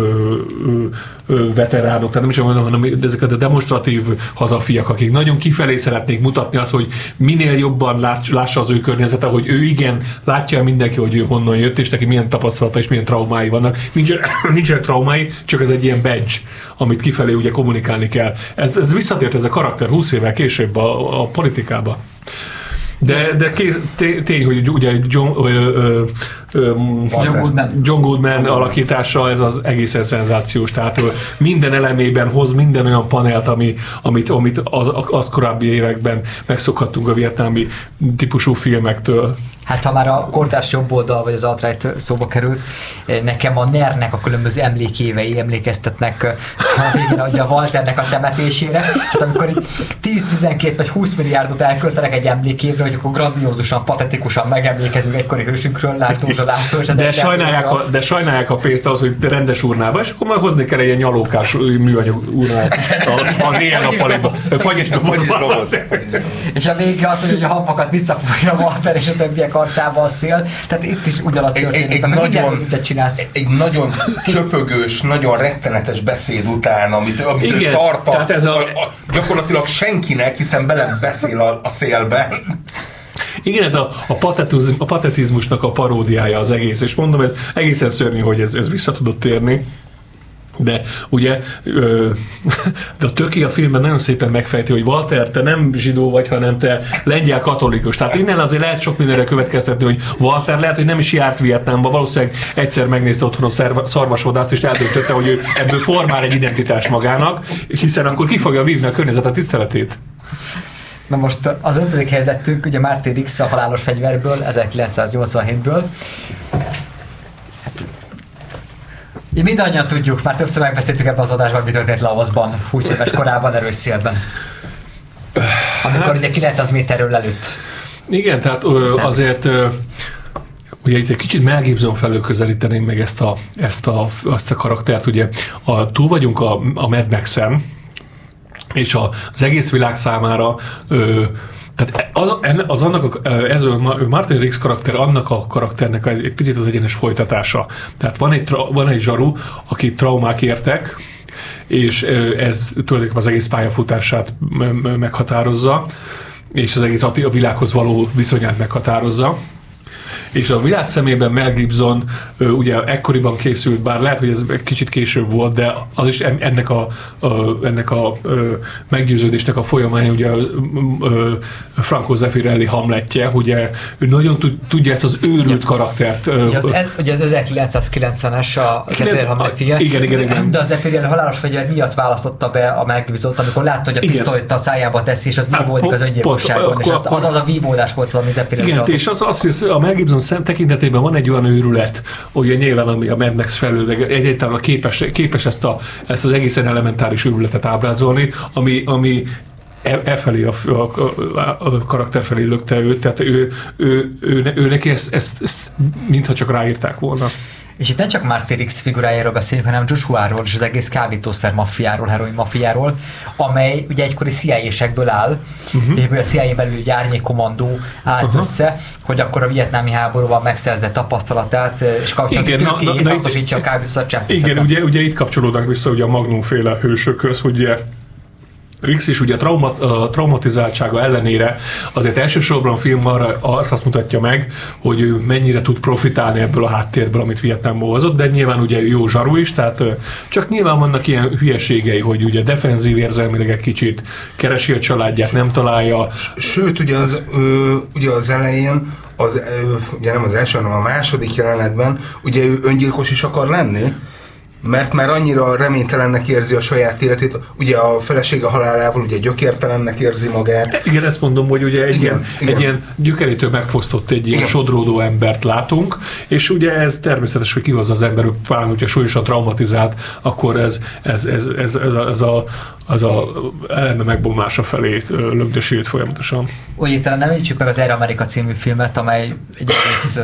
ö, veteránok, tehát nem is mondom, hanem ezek a demonstratív hazafiak, akik nagyon kifelé szeretnék mutatni azt, hogy minél jobban lát, lássa az ő környezete, hogy ő igen, látja mindenki, hogy ő honnan jött, és neki milyen tapasztalata és milyen traumái vannak. Nincsenek, nincsenek traumái, csak ez egy ilyen badge, amit kifelé ugye kommunikálni kell. Ez, ez visszatért ez a karakter húsz évvel később a, a politikába. De, de kész, tény, hogy ugye John, ö, ö, ö, John Goodman, John Goodman alakítása, ez az egészen szenzációs. Tehát minden elemében hoz minden olyan panelt, ami, amit, amit az, az korábbi években megszokhattunk a vietnámi típusú filmektől. Hát ha már a kortárs jobboldal vagy az alt-right szóba került, nekem a NER-nek a különböző emlékévei emlékeztetnek a végén, hogy a Walternek a temetésére. Hát amikor tíz-tizenkét vagy húsz milliárdot elköltenek egy emlékévre, hogy akkor grandiózusan, patetikusan megemlékezünk egykori hősünkről, László László. De sajnálják, a, de sajnálják a pénzt ahhoz, hogy rendes urnába, és akkor már hozni kell egy ilyen nyalókás műanyag urnát az éjjel-nappaliba. Fagyis doboz. És a vége az, hogy a hamvakat visszafújja a Walter és a többiek arcába a szél, tehát itt is ugyanaz történik, egy, egy, nagyon, egy nagyon csöpögős, nagyon rettenetes beszéd után, amit, amit igen, ő tart a, a, a, a, gyakorlatilag senkinek, hiszen bele beszél a, a szélbe. Igen, ez a, a, patetizm, a patetizmusnak a paródiája az egész, és mondom, ez egészen szörnyű, hogy ez, ez vissza tudott térni. De ugye ö, de a Töki a filmben nagyon szépen megfejti, hogy Walter, te nem zsidó vagy, hanem te lengyel katolikus. Tehát innen azért lehet sok mindenre következtetni, hogy Walter lehet, hogy nem is járt Vietnámba, valószínűleg egyszer megnézte otthon a szarvasvadászt, és eldöntötte, hogy ő ebből formál egy identitás magának, hiszen akkor ki fogja vívni a környezetet tiszteletét. Na most az ötödik helyzetünk, ugye Martin Riggs a Halálos fegyverből, ezerkilencszáznyolcvanhétből. Hát, mindannyian tudjuk, már többször megbeszéltük ebben az adásban, mi történt Laosban, húsz éves korában, erős szélben. Amikor hát, ugye kilencszáz méterről lelőtt. Igen, tehát ö, azért ö, ugye itt egy kicsit Mel Gibson felől közelíteném meg ezt a, ezt a, azt a karaktert, ugye a, túl vagyunk a, a Mad Max-en, és az egész világ számára ö, tehát az, az annak a, ez a Martin Riggs karakter annak a karakternek egy picit az egyenes folytatása. Tehát van egy, van egy zsaru, aki traumák értek, és ez tulajdonképpen az egész pályafutását meghatározza, és az egész a világhoz való viszonyát meghatározza. és a világ szemében Mel Gibson ugye ekkoriban készült, bár lehet, hogy ez kicsit később volt, de az is ennek a, a, ennek a meggyőződésnek a folyamánya, ugye Franco Zeffirelli Hamletje, ugye ő nagyon tudja ezt az őrült karaktert. Ugye az, ugye az ezerkilencszázkilencvenes a Zeffirelli Hamletje, igen, igen, igen. de a Zeffirelli halálos fegyver miatt választotta be a Mel Gibsont, amikor látta, hogy a pisztolyt a szájába teszi, és az vívódik az öngyilkosságon, és az az a vívódás volt, ami Zeffirelli. Igen, és az, az, hogy a Mel Gibson szem tekintetében van egy olyan őrület, ugye nyilván ami a Mad Max felől, egyáltalán képes, képes ezt, a, ezt az egészen elementáris őrületet ábrázolni, ami, ami e, e felé, a, a, a, a karakter felé lökte őt, tehát ő, ő, ő, ő neki ezt, ezt, ezt mintha csak ráírták volna. És itt nem csak Marty Riggs figurájáról beszélünk, hanem Joshuáról és az egész kábítószer maffiáról, heroin maffiáról, amely ugye egykori C I A-sekből áll, uh-huh. és a C I A belül egy árnyékkommandó állt uh-huh. össze, hogy akkor a vietnámi háborúval megszerzett tapasztalatát, és kapcsolatban tőkéjét hasznosítsa a kábítószer csempészetben. Igen, ugye, ugye itt kapcsolódnak vissza ugye a Magnum-féle hősökhöz, hogy ugye Riggs is ugye a traumat, a traumatizáltsága ellenére azért elsősorban a film arra azt mutatja meg, hogy ő mennyire tud profitálni ebből a háttérből, amit Vietnámból hozott, de nyilván ugye jó zsaru is, tehát csak nyilván vannak ilyen hülyeségei, hogy ugye defenzív érzelmileg egy kicsit keresi a családját, nem találja. Sőt, ugye az, ö, ugye az elején az, ö, ugye nem az első, hanem a második jelenetben, ugye ő öngyilkos is akar lenni, mert már annyira reménytelennek érzi a saját életét, ugye a felesége halálával ugye gyökértelennek érzi magát. Igen, ezt mondom, hogy ugye egy, igen, ilyen, igen. egy ilyen gyökerétől megfosztott egy ilyen igen. sodródó embert látunk, és ugye ez természetes, hogy kihozza az ember, pláne hogyha súlyosan traumatizált, akkor ez, ez, ez, ez, ez, a, ez a az a elme megbomlása felé lögdösült folyamatosan. Úgy talán nem említsük meg az Air America című filmet, amely egy egész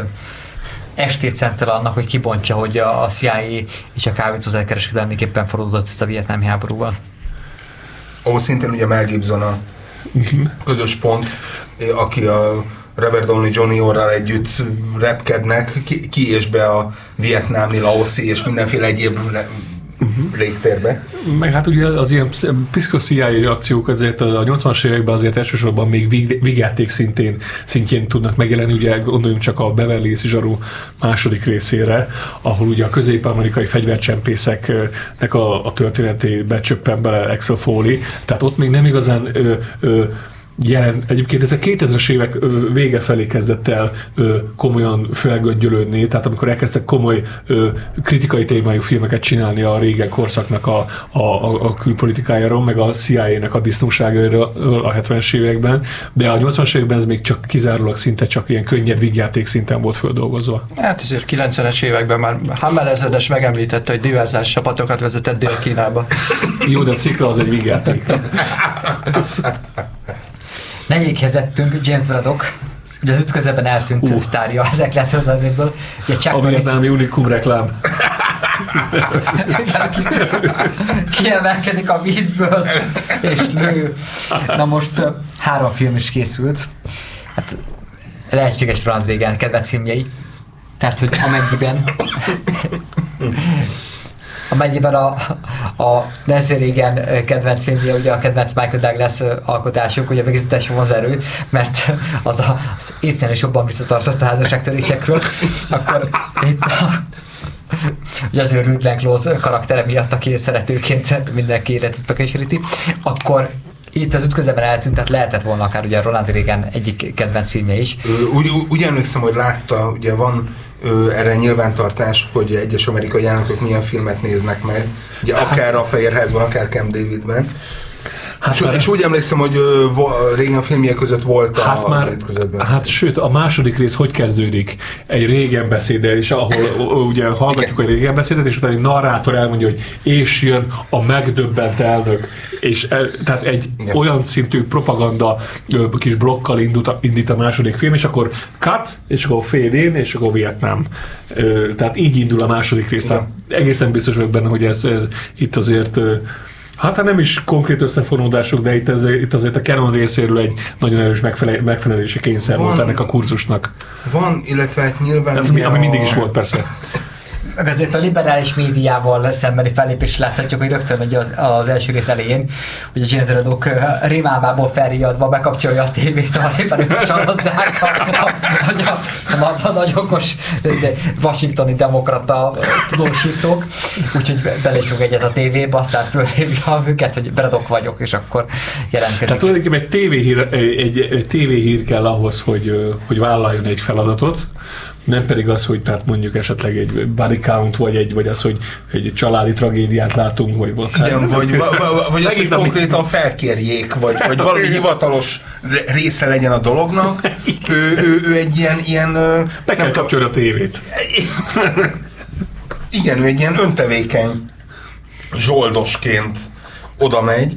estét szentel annak, hogy kibontsa, hogy a C I A és a kábítószer kereskedelmiképpen forródott ezt a vietnámi háborúval. Ahol szintén ugye Mel Gibson a közös pont, aki a Robert Downey juniorral együtt repkednek ki, ki és be a vietnámi, laoszi és mindenféle egyéb Uh-huh. légtérbe. Meg hát ugye az ilyen piszkos C I A akciók azért a nyolcvanas években azért elsősorban még vígjáték szintén, szintjén tudnak megjelenni, ugye gondoljunk csak a Beverly Hills zsaru második részére, ahol ugye a közép-amerikai fegyvercsempészeknek a, a történetébe csöppen bele Axel Foley, tehát ott még nem igazán ö, ö, jelen, egyébként ez a kétezres évek vége felé kezdett el ö, komolyan felgöngyölődni, tehát amikor elkezdtek komoly ö, kritikai témájú filmeket csinálni a régen korszaknak a, a, a külpolitikájáról, meg a C I A-nek a disznóságairól a hetvenes években, de a nyolcvanas években ez még csak kizárólag szinte csak ilyen könnyed vígjáték szinten volt földolgozva. Hát azért kilencvenes években már Hammer ezredes megemlítette, hogy diverzáns csapatokat vezetett Dél-Kínába. Jó, de a cikla az egy vígjáték. Negyedik helyezettünk James Braddock, ugye az ütközetben eltűnt uh. sztárja ezerkilencszázötvenötből. A vietnámi unikum reklám. Kiemelkedik a vízből, és lő. Na most három film is készült. Hát lehetséges Ronald Reagan kedvenc filmjei. Tehát, hogy amennyiben amennyiben a, a Nancy Reagan kedvenc filmje, ugye a kedvenc Michael Douglas alkotások, ugye a végzetes vonzerő, mert az a, az étszen is jobban visszatartott a házasságtörésekről, akkor itt a, ugye az ő Ruth Glenn Close karaktere miatt, aki szeretőként mindenki életet keseríti, akkor itt az ütközetben eltűnt, tehát lehetett volna akár ugye a Ronald Reagan egyik kedvenc filmje is. Úgy, úgy emlékszem, hogy látta, ugye van ö, erre nyilvántartás, hogy egyes amerikai elnökök milyen filmet néznek meg, ugye akár a Fehérházban, akár Camp Davidben. Hát és, és úgy emlékszem, hogy uh, régen filmjek között volt a, hát már, az ütközetben. Hát sőt, a második rész hogy kezdődik? Egy régen beszéddel, és ahol ugye hallgatjuk igen. a régen beszédet, és utána egy narrátor elmondja, hogy és jön a megdöbbent elnök. És el, tehát egy igen. olyan szintű propaganda kis blokkal indult, indít a második film, és akkor cut, és akkor fade in, és akkor Vietnám. Tehát így indul a második rész. Tehát egészen biztos vagyok benne, hogy ez, ez itt azért hát nem is konkrét összefonódások, de itt, ez, itt azért a Canon részéről egy nagyon erős megfele- megfelelési kényszer van, volt ennek a kurzusnak. Van, illetve hát nyilván... Hát, ami, ami a... mindig is volt, persze. Meg azért a liberális médiával szembeni fellépés láthatjuk, hogy rögtön hogy az, az első rész elején, hogy a James Braddock rémálmából felriadva bekapcsolja a tévét, ahol éppen őt sorozzák, hogy a, a a nagy okos washingtoni demokrata tudósítók, úgyhogy bele is fog egyet a tévébe, aztán fölhívja őket, hogy Braddock vagyok, és akkor jelentkezik. Tehát tulajdonképpen egy tévéhír, egy, egy tévéhír kell ahhoz, hogy, hogy vállaljon egy feladatot, nem pedig az, hogy tehát mondjuk esetleg egy body count, vagy, egy, vagy az, hogy egy családi tragédiát látunk, vagy akár. Igen, vagy, vagy, vagy az, hogy konkrétan felkérjék, vagy, vagy valami hivatalos része legyen a dolognak. Ő, ő, ő egy ilyen... ilyen Be kell kapcsolni a tévét. Igen, ő egy ilyen öntevékeny zsoldosként oda megy.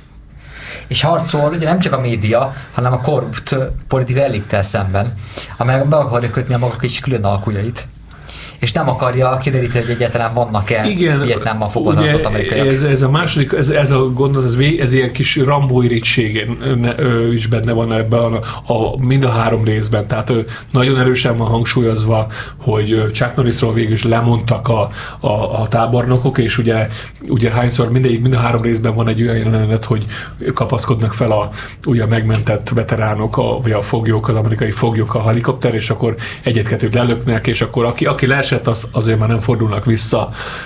És harcol ugye nem csak a média, hanem a korrupt politika elittel szemben, amely be akarja kötni a maga kis külön alkujait. És nem akarja kideríteni, hogy egyáltalán vannak-e Vietnámban fogvatartott amerikaiak. Ez, ez a második, ez, ez a gondolat, ez, ez ilyen kis Rambó irigység is benne van ebben a, a, mind a három részben. Tehát nagyon erősen van hangsúlyozva, hogy Chuck Norrisról végül is lemondtak a, a, a tábornokok, és ugye, ugye hányszor mindegyik, mind a három részben van egy olyan jelenet, hogy kapaszkodnak fel a ugye megmentett veteránok, a, vagy a foglyok, az amerikai foglyok a helikopter, és akkor egyet-kettőt lelöknek, és akkor aki, aki leesett, az, azért már nem fordulnak vissza,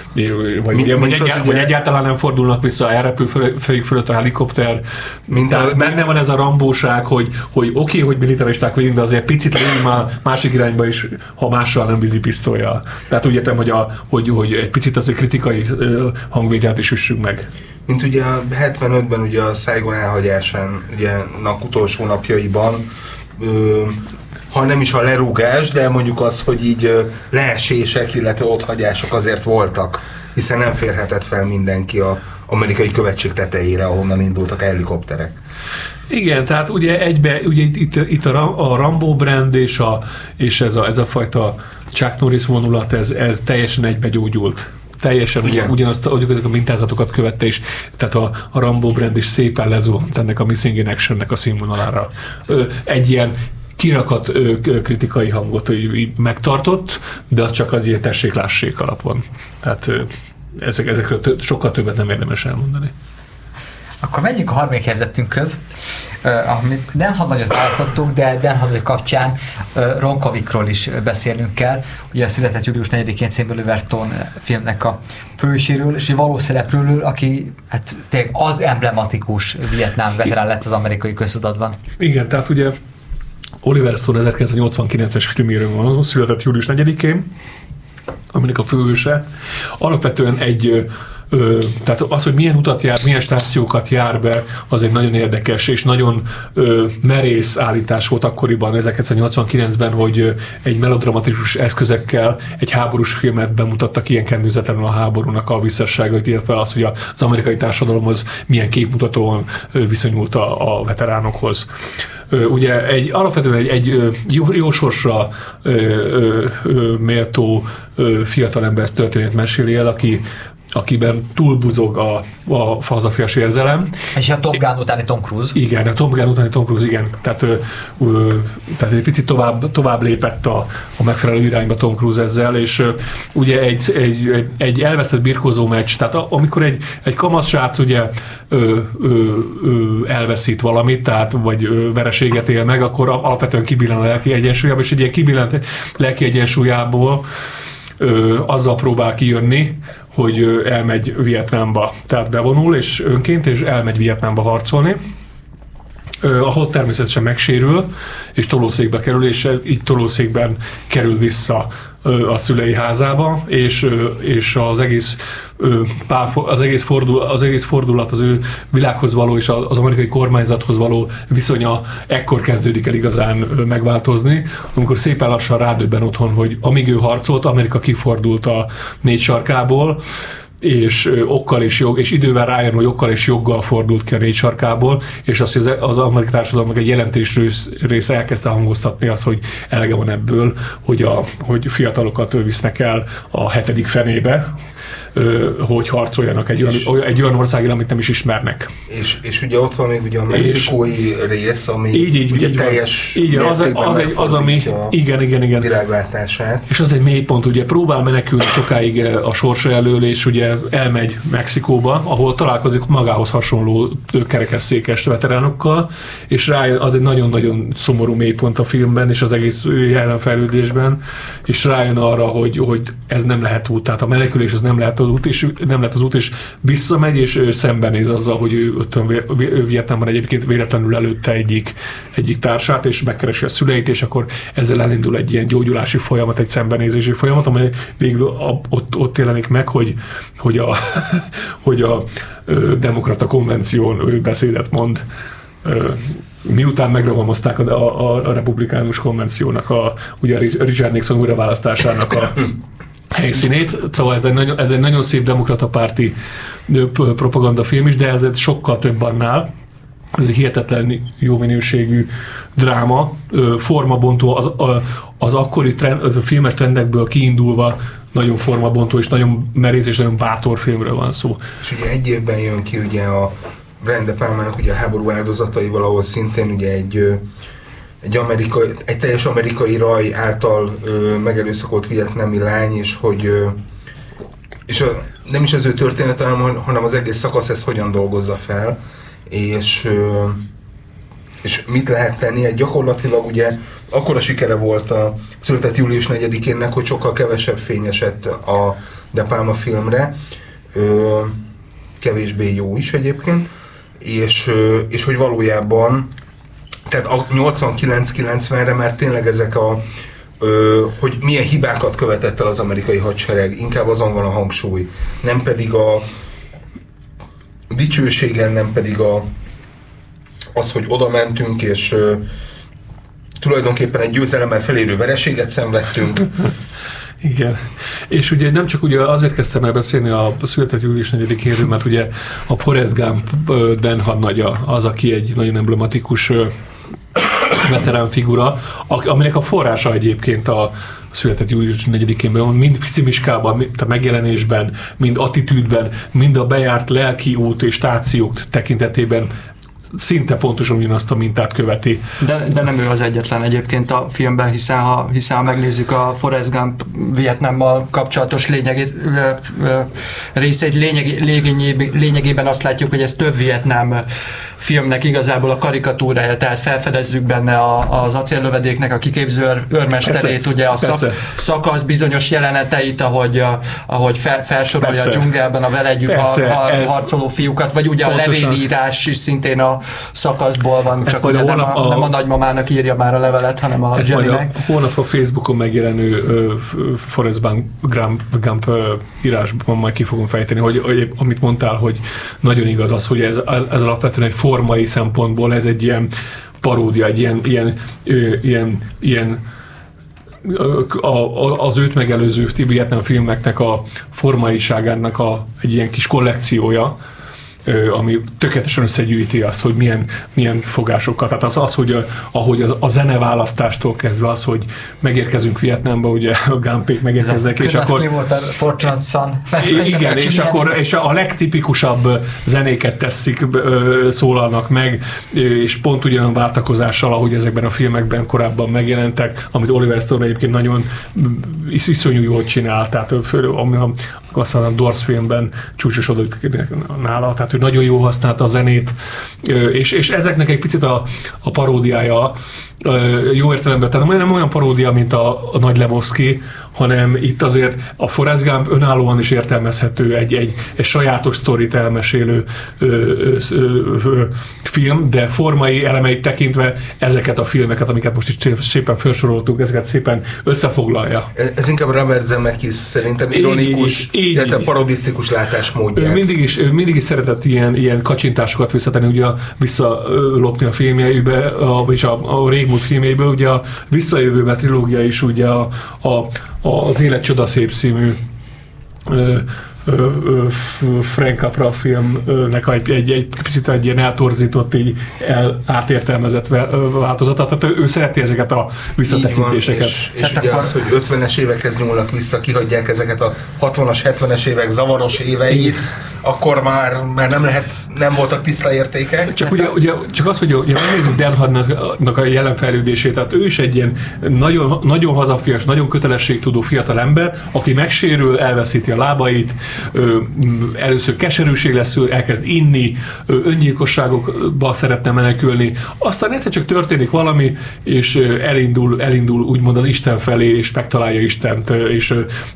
vagy, mint, vagy, egyáltalán, ugye, vagy egyáltalán nem fordulnak vissza, elrepül föl, fejük fölött a helikopter. Mint Tehát a, benne van ez a rambóság, hogy, hogy oké, okay, hogy militaristák vagyunk, de azért picit legyünk már másik irányba is, ha mással nem vízi pisztollyal. Tehát úgy értem, hogy, a, hogy, hogy egy picit azért kritikai hangvételt is üssünk meg. Mint ugye a hetvenötben ugye a Saigon elhagyásán, ugye a utolsó napjaiban ö, ha nem is a lerúgás, de mondjuk az, hogy így leesések, illetve otthagyások azért voltak, hiszen nem férhetett fel mindenki az amerikai követség tetejére, ahonnan indultak a helikopterek. Igen, tehát ugye egybe, ugye itt, itt, itt a, a Rambo brand és, a, és ez, a, ez a fajta Chuck Norris vonulat, ez, ez teljesen egybegyógyult. Teljesen ugyan, ugyanazt, ezek a mintázatokat követte is, tehát a, a Rambo brand is szépen lezuhant ennek a Missing in Actionnek a színvonalára. Egy ilyen kirakat ö, kritikai hangot ő megtartott, de az csak az ilyen tessék-lássék alapon. Tehát ö, ezek, ezekről tö- sokkal többet nem érdemes elmondani. Akkor menjünk a harmadik helyzetünkhöz, uh, amit Dan hadnagyot választottuk, de Dan hadnagy kapcsán uh, Ronkovikról is beszélnünk kell. Ugye a született július negyedikén című Oliver Stone filmnek a főhőséről, és egy valós szereplőről, aki hát tényleg az emblematikus Vietnám veterán lett az amerikai köztudatban. Igen, tehát ugye Oliver Stone ezerkilencszáznyolcvankilences filméről van, született július negyedikén, aminek a főhőse alapvetően egy Ö, tehát az, hogy milyen utat jár, milyen stációkat jár be, az egy nagyon érdekes és nagyon ö, merész állítás volt akkoriban, ezerkilencszáznyolcvankilencben, hogy ö, egy melodramatikus eszközekkel egy háborús filmet bemutattak ilyen kendőzetlenül a háborúnak a visszasságait, illetve az, hogy az amerikai társadalomhoz milyen képmutatóan ö, viszonyult a, a veteránokhoz. Ö, ugye egy, alapvetően egy, egy jó, jó sorsra ö, ö, ö, méltó ö, fiatalember történet meséli el, aki akiben túlbuzog a, a hazafias érzelem. És a Top Gun utáni Tom Cruise. Igen, a Top Gun utáni Tom Cruise, igen. Tehát, ö, ö, tehát egy picit tovább, tovább lépett a, a megfelelő irányba Tom Cruise ezzel, és ö, ugye egy, egy, egy elvesztett birkózó meccs, tehát a, amikor egy, egy kamasz srác ugye ö, ö, ö, elveszít valamit, tehát vagy ö, vereséget él meg, akkor alapvetően kibillen a lelki egyensúlyából, és egy ilyen kibillent lelki egyensúlyából Ö, azzal próbál kijönni, hogy ö, elmegy Vietnámba. Tehát bevonul és önként, és elmegy Vietnámba harcolni, ö, ahol természetesen megsérül, és tolószékbe kerül, és így tolószékben kerül vissza ö, a szülei házába, és, ö, és az egész ö, pár, az, egész fordul, az egész fordulat az ő világhoz való és az amerikai kormányzathoz való viszonya ekkor kezdődik el igazán ö, megváltozni, amikor szépen lassan rádöbben otthon, hogy amíg ő harcolt, Amerika kifordult a négy sarkából, és ö, okkal és jog, és idővel rájön, hogy okkal és joggal fordult ki a négy sarkából, és azt, hogy az, az amerikai társadalomnak egy jelentős része elkezdte hangoztatni azt, hogy elege van ebből, hogy, a, hogy fiatalokat visznek el a hetedik fenébe, hogy harcoljanak egy olyan, egy olyan országért, amit nem is ismernek. És, és ugye ott van még ugye a mexikói és rész, ami így, így, ugye így teljes így, az, az, egy, az, ami igen, igen, igen. világlátását. És az egy mélypont, ugye próbál menekülni sokáig a sorsa elől, és ugye elmegy Mexikóba, ahol találkozik magához hasonló kerekesszékes veteránokkal, és rájön, az egy nagyon-nagyon szomorú mélypont a filmben, és az egész jelenfejlődésben, és rájön arra, hogy, hogy ez nem lehet út, tehát a menekülés az nem lehet az út, és nem lehet az út, és visszamegy, és szembenéz azzal, hogy ő, ő Vietnámban egyébként véletlenül előtte egyik, egyik társát, és megkeresi a szüleit, és akkor ezzel elindul egy ilyen gyógyulási folyamat, egy szembenézési folyamat, amely végül a, ott, ott jelenik meg, hogy, hogy a, hogy a ö, demokrata konvención ő beszédet mond, ö, miután megrohamozták a, a, a republikánus konvenciónak, a, ugye Richard Nixon újraválasztásának a helyszínét. Szóval ez egy nagyon, ez egy nagyon szép demokrata párti propagandafilm is, de ez egy sokkal több annál. Ez egy hihetetlen jó minőségű dráma, formabontó, az, az akkori trend, a filmes trendekből kiindulva nagyon formabontó és nagyon merész és nagyon bátor filmről van szó. És ugye egy évben jön ki ugye a Brian De Palmának ugye a háború áldozataival, ahol szintén ugye egy, egy, amerikai, egy teljes amerikai raj által ö, megerőszakolt vietnámi lány, és hogy ö, és a, nem is az ő története, hanem, hanem az egész szakasz ezt hogyan dolgozza fel, és, ö, és mit lehet tenni. Egy gyakorlatilag ugye akkora sikere volt a született július negyedikének, hogy sokkal kevesebb fény esett a De Palma filmre, ö, kevésbé jó is egyébként, és, és hogy valójában, tehát a nyolcvankilenc kilencvenre már tényleg ezek a, ö, hogy milyen hibákat követett el az amerikai hadsereg, inkább azon van a hangsúly, nem pedig a dicsőségen, nem pedig a, az, hogy oda mentünk, és ö, tulajdonképpen egy győzelemmel felérő vereséget szenvedtünk. Igen. És ugye nem csak ugye azért kezdtem el beszélni a született július negyedikéről, mert ugye a Forrest Gump Dan hadnagya az, aki egy nagyon emblematikus veterán figura, aminek a forrása egyébként a született július negyedikén, mind Szimiskában, mind a megjelenésben, mind attitűdben, mind a bejárt lelki út és stációk tekintetében szinte pontosan ugyanazt a mintát követi. De, de nem ő az egyetlen egyébként a filmben, hiszen ha, hiszen ha megnézzük a Forrest Gump Vietnámmal kapcsolatos lényegét, ö, ö, részét, lényeg, lényegében, lényegében azt látjuk, hogy ez több Vietnám filmnek igazából a karikatúrája, tehát felfedezzük benne a, az acéllövedéknek a kiképző őrmesterét, persze, ugye a szak, szakasz bizonyos jeleneteit, ahogy, a, ahogy fel, felsorolja persze. a dzsungelben a vele együtt har, har, harcoló fiúkat, vagy ugye pontosan. A levélírás is szintén a szakaszból van, csak ugye nem a, a, nem a nagymamának írja már a levelet, hanem a Jennynek. Holnap a Facebookon megjelenő uh, Forrest Gump, Gump uh, írásban majd ki fogom fejteni, hogy, hogy amit mondtál, hogy nagyon igaz az, hogy ez, ez alapvetően egy formai szempontból ez egy ilyen paródia, egy ilyen, ilyen, ö, ilyen, ilyen a, a, az őt megelőző Vietnám filmeknek a formaiságának a, egy ilyen kis kollekciója, ami tökéletesen összegyűjti azt, hogy milyen, milyen fogásokkal. Tehát az, az hogy ahogy az, a zeneválasztástól kezdve az, hogy megérkezünk Vietnámba, ugye a Gumpék megérkeznek, és akkor... ki volt a Fortunate Son. Igen, és akkor és a legtipikusabb zenéket teszik, szólalnak meg, és pont ugyanolyan váltakozással, ahogy ezekben a filmekben korábban megjelentek, amit Oliver Stone egyébként nagyon iszonyú jól csinál, tehát föl, ami a azt a Doors filmben csúcsosodott nála, tehát ő nagyon jól használta a zenét, és, és ezeknek egy picit a, a paródiája jó értelemben, tehát nem olyan paródia, mint a, a Nagy Lebowski, hanem itt azért a Forrest Gump önállóan is értelmezhető, egy, egy, egy sajátos sztorit elmesélő ö, ö, ö, ö, film, de formai elemeit tekintve ezeket a filmeket, amiket most is szépen felsoroltuk, ezeket szépen összefoglalja. Ez, ez inkább Robert Zemeckis szerintem ironikus, illetve parodisztikus látásmódját. Ő mindig is, ő mindig is szeretett ilyen, ilyen kacsintásokat visszatenni, ugye visszalopni a filmjeibe, a, vagyis a, a régmúlt filmjeiből, ugye a Visszajövőbe trilógia is ugye a, a az Élet csoda szép című ö, ö, ö, Frank Capra filmnek egy, egy, egy picit egy ilyen eltorzított, így el, átértelmezett változatát, tehát ő, ő szereti ezeket a visszatekintéseket. Van, és, és ugye akkor... az, hogy ötvenes évekhez nyúlnak vissza, kihagyják ezeket a hatvanas, hetvenes évek zavaros éveit, akkor már, már nem lehet, nem voltak tiszta értékek. Csak, ugye, ugye, csak az, hogy ugye megnézzük Dan Hartnak a jelen fejlődését, tehát ő is egy ilyen nagyon, nagyon hazafias, nagyon kötelességtudó fiatal ember, aki megsérül, elveszíti a lábait, ö, először keserűség lesz, elkezd inni, ö, öngyilkosságokba szeretne menekülni, aztán egyszer csak történik valami, és elindul, elindul úgymond az Isten felé, és megtalálja Istent, és,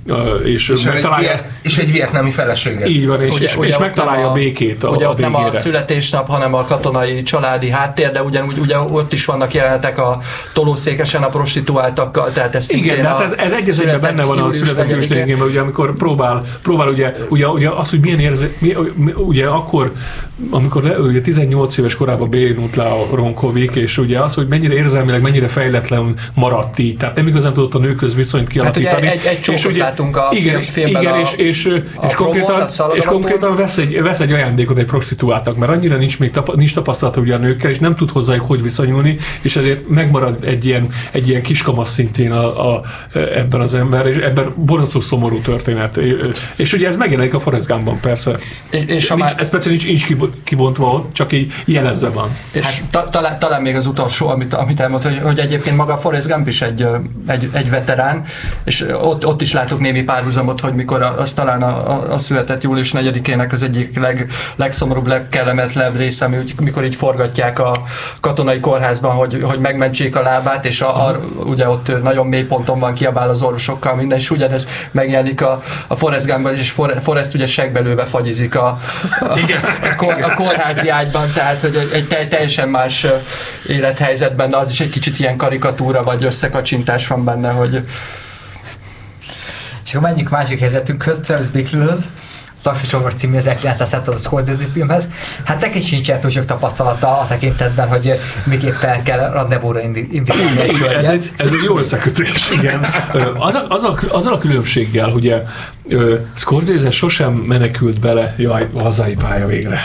és, és, megtalálja... egy, és egy vietnámi feleséget. Így van, és, ugye, és, ugye és megtalálja a, a békét a, ugye a ott nem a születésnap, hanem a katonai családi háttér, de ugyanúgy ugye ott is vannak jelenetek a tolószékesen a prostituáltakkal, tehát ez szintén igen, de hát ez, ez egyezőben benne van a született ősdényében, ugye amikor próbál, próbál ugye, ugye, ugye az, hogy milyen érzé, mi, ugye akkor, amikor le, ugye tizennyolc éves korában bénult le a Ronkovik, és ugye az, hogy mennyire érzelmileg, mennyire fejletlen maradt így, tehát nem igazán tudott a nőköz viszonyt kialakítani. Hát ugye egy, egy csókot látunk a igen, filmben igen, a, és, és, a és konkrétan, és konkrétan vesz, egy, vesz egy ajándékot egy prostituáltnak, mert annyira nincs még tapa, nincs tapasztalata ugye a nőkkel, és nem tud hozzájuk hogy viszonyulni, és ezért megmarad egy ilyen, egy ilyen kiskamasz szintén a, a, ebben az ember, és ebben borzasztó szomorú történet. És ugye ez megjelenik a Forrest Gumpban, persze. És, és nincs, már... Ez persze nincs, nincs kibontva ott, csak így jelezve van. És hát, ta, talán, talán még az utolsó, amit, amit elmondta, hogy, hogy egyébként maga Forrest Gump is egy, egy, egy veterán, és ott, ott is látok némi párhuzamot, hogy mikor az talán a, a, a született július negyedikének az egyik leg, legszomorúbb, legkellemetlenebb része, ami, mikor így forgatják a katonai kórházban, hogy, hogy megmentsék a lábát, és a, a, ugye ott nagyon mély ponton van, kiabál az orvosokkal minden, és ugyanez megjelenik a, a Forrest Gumpban is, és Forrest ugye segbelőve fagyizik a, a, a, kor, a kórházi ágyban, tehát hogy egy, egy teljesen más élethelyzetben, de az is egy kicsit ilyen karikatúra, vagy összekacsintás van benne, hogy... És akkor menjünk másik helyzetünkhöz, Travis Bickle-höz, a Taxisofőr című ezerkilencszázhetvanas Scorsese filmhez. Hát neki sincsen túl sok tapasztalata a tekintetben, hogy miképpen kell randevúra invitálni egy hölgyet. Ez egy, ez egy jó összekötés, igen. Az a, az a, azzal a különbséggel, ugye Scorsese sosem menekült bele, jaj, a hazai pálya végre.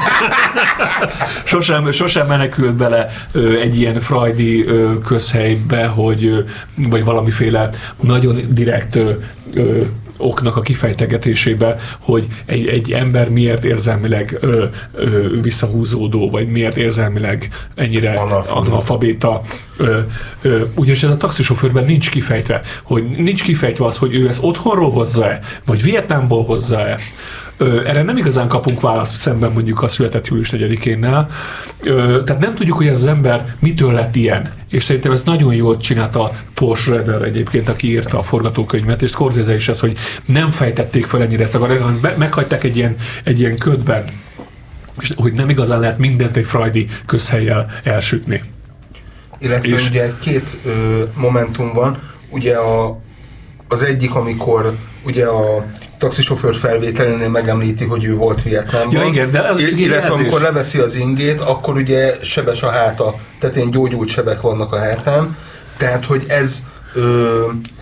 sosem, sosem menekült bele egy ilyen freudi közhelybe, hogy, vagy valamiféle nagyon direkt oknak a kifejtegetésébe, hogy egy, egy ember miért érzelmileg ö, ö, visszahúzódó, vagy miért érzelmileg ennyire analfabéta. Ugyanis ez a taxisofőrben nincs kifejtve, hogy nincs kifejtve az, hogy ő ezt otthonról hozza-e, vagy Vietnámból hozza-e. Erre nem igazán kapunk választ szemben mondjuk a született július negyedikénnel. Tehát nem tudjuk, hogy ez az ember mitől lett ilyen. És szerintem ezt nagyon jól csinálta Paul Schrader egyébként, aki írta a forgatókönyvet, és Scorsese is ez, hogy nem fejtették fel ennyire ezt, hanem meghagyták egy ilyen, egy ilyen ködben, és hogy nem igazán lehet mindent egy freudi közhellyel elsütni. Illetve és ugye két ö, momentum van, ugye a, az egyik, amikor ugye a taxisofőr felvételénél megemlíti, hogy ő volt Vietnámban. Ja, igen, de az I- illetve amikor leveszi az ingét, akkor ugye sebes a háta, tehát ilyen gyógyult sebek vannak a hátán, tehát hogy ez ö,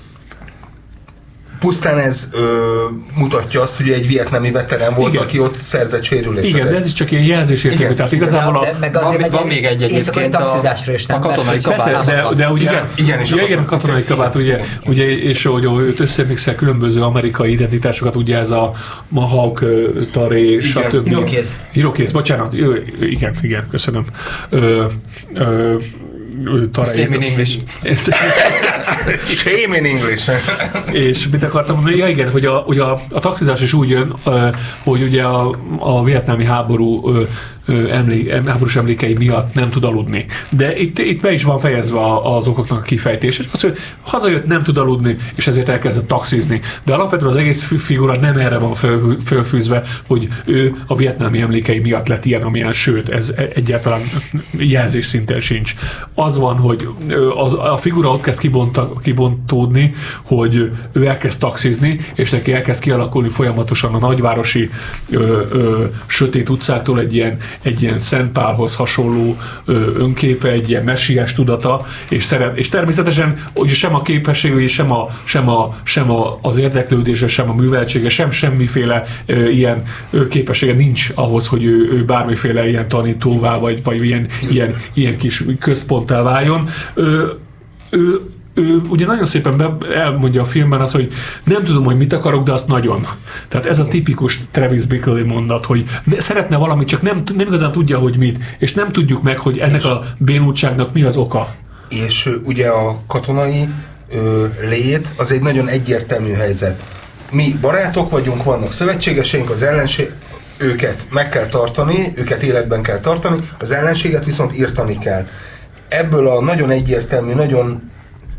pusztán ez ö, mutatja azt, hogy egy vietnámi veterán volt, igen, aki ott szerzett sérüléseket. Igen, de ez is csak ilyen jelzésértékű. Tehát igazából a... Meg azért van, van még egy egyébként a, a katonai kabát. De, de ugye, igen, igen, és ja, igen, a katonai kabát, ugye, ugye és hogy őt összemixel különböző amerikai identitásokat, ugye ez a Mohawk, Taré, stb. Irokéz. Irokéz, bocsánat. Igen, igen, köszönöm. Ö, ö, Same in English. Shame in English. És mit akartam mondani? Ja igen, hogy a, hogy a, a taxizás is úgy jön, hogy ugye a, a vietnámi háború emlék, háborús emlékei miatt nem tud aludni. De itt, itt be is van fejezve az okoknak a kifejtés. És az, hogy hazajött, nem tud aludni, és ezért elkezdett taxizni. De alapvetően az egész figura nem erre van föl, fölfűzve, hogy ő a vietnámi emlékei miatt lett ilyen, amilyen, sőt, ez egyáltalán jelzés szinten sincs. Az van, hogy az, a figura ott kezd kibonta, kibontódni, hogy ő elkezd taxizni, és neki elkezd kialakulni folyamatosan a nagyvárosi ö, ö, sötét utcáktól egy ilyen, egy ilyen Szent Pálhoz hasonló ö, önképe, egy ilyen messiás tudata, és, szeret, és természetesen ugye sem a képessége, sem, a, sem, a, sem a, az érdeklődése, sem a műveltsége, sem semmiféle ö, ilyen ö, képessége nincs ahhoz, hogy ő, ő bármiféle ilyen tanítóvá, vagy, vagy ilyen, ilyen, ilyen kis központtá váljon. Ö, ő ő ugye nagyon szépen be, elmondja a filmben azt, hogy nem tudom, hogy mit akarok, de azt nagyon. Tehát ez a tipikus Travis Bickle mondat, hogy szeretne valamit, csak nem, nem igazán tudja, hogy mit, és nem tudjuk meg, hogy ennek a bénultságnak mi az oka. És ugye a katonai ö, lét az egy nagyon egyértelmű helyzet. Mi barátok vagyunk, vannak szövetségeseink, az ellenség, őket meg kell tartani, őket életben kell tartani, az ellenséget viszont írtani kell. Ebből a nagyon egyértelmű, nagyon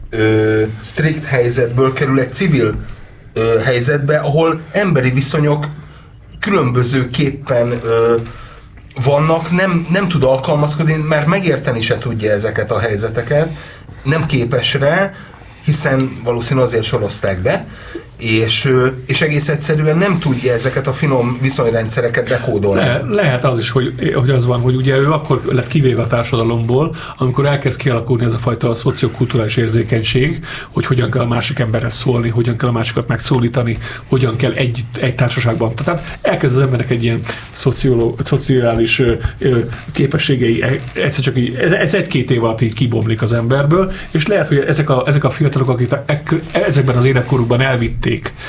Ö, strikt helyzetből kerül egy civil ö, helyzetbe, ahol emberi viszonyok különbözőképpen ö, vannak, nem, nem tud alkalmazkodni, mert megérteni se tudja ezeket a helyzeteket, nem képes rá, hiszen valószínűleg azért sorozták be, és, és egész egyszerűen nem tudja ezeket a finom viszonyrendszereket dekódolni. Le, lehet az is, hogy, hogy az van, hogy ugye ő akkor lett kivéve a társadalomból, amikor elkezd kialakulni ez a fajta szociokulturális érzékenység, hogy hogyan kell a másik emberhez szólni, hogyan kell a másikat megszólítani, hogyan kell egy, egy társaságban. Tehát elkezd az embernek egy ilyen szociális képességei, egyszer csak így, ez egy-két év alatt így kibomlik az emberből, és lehet, hogy ezek a, ezek a fiatalok, akik ezekben az életkorukban elvitték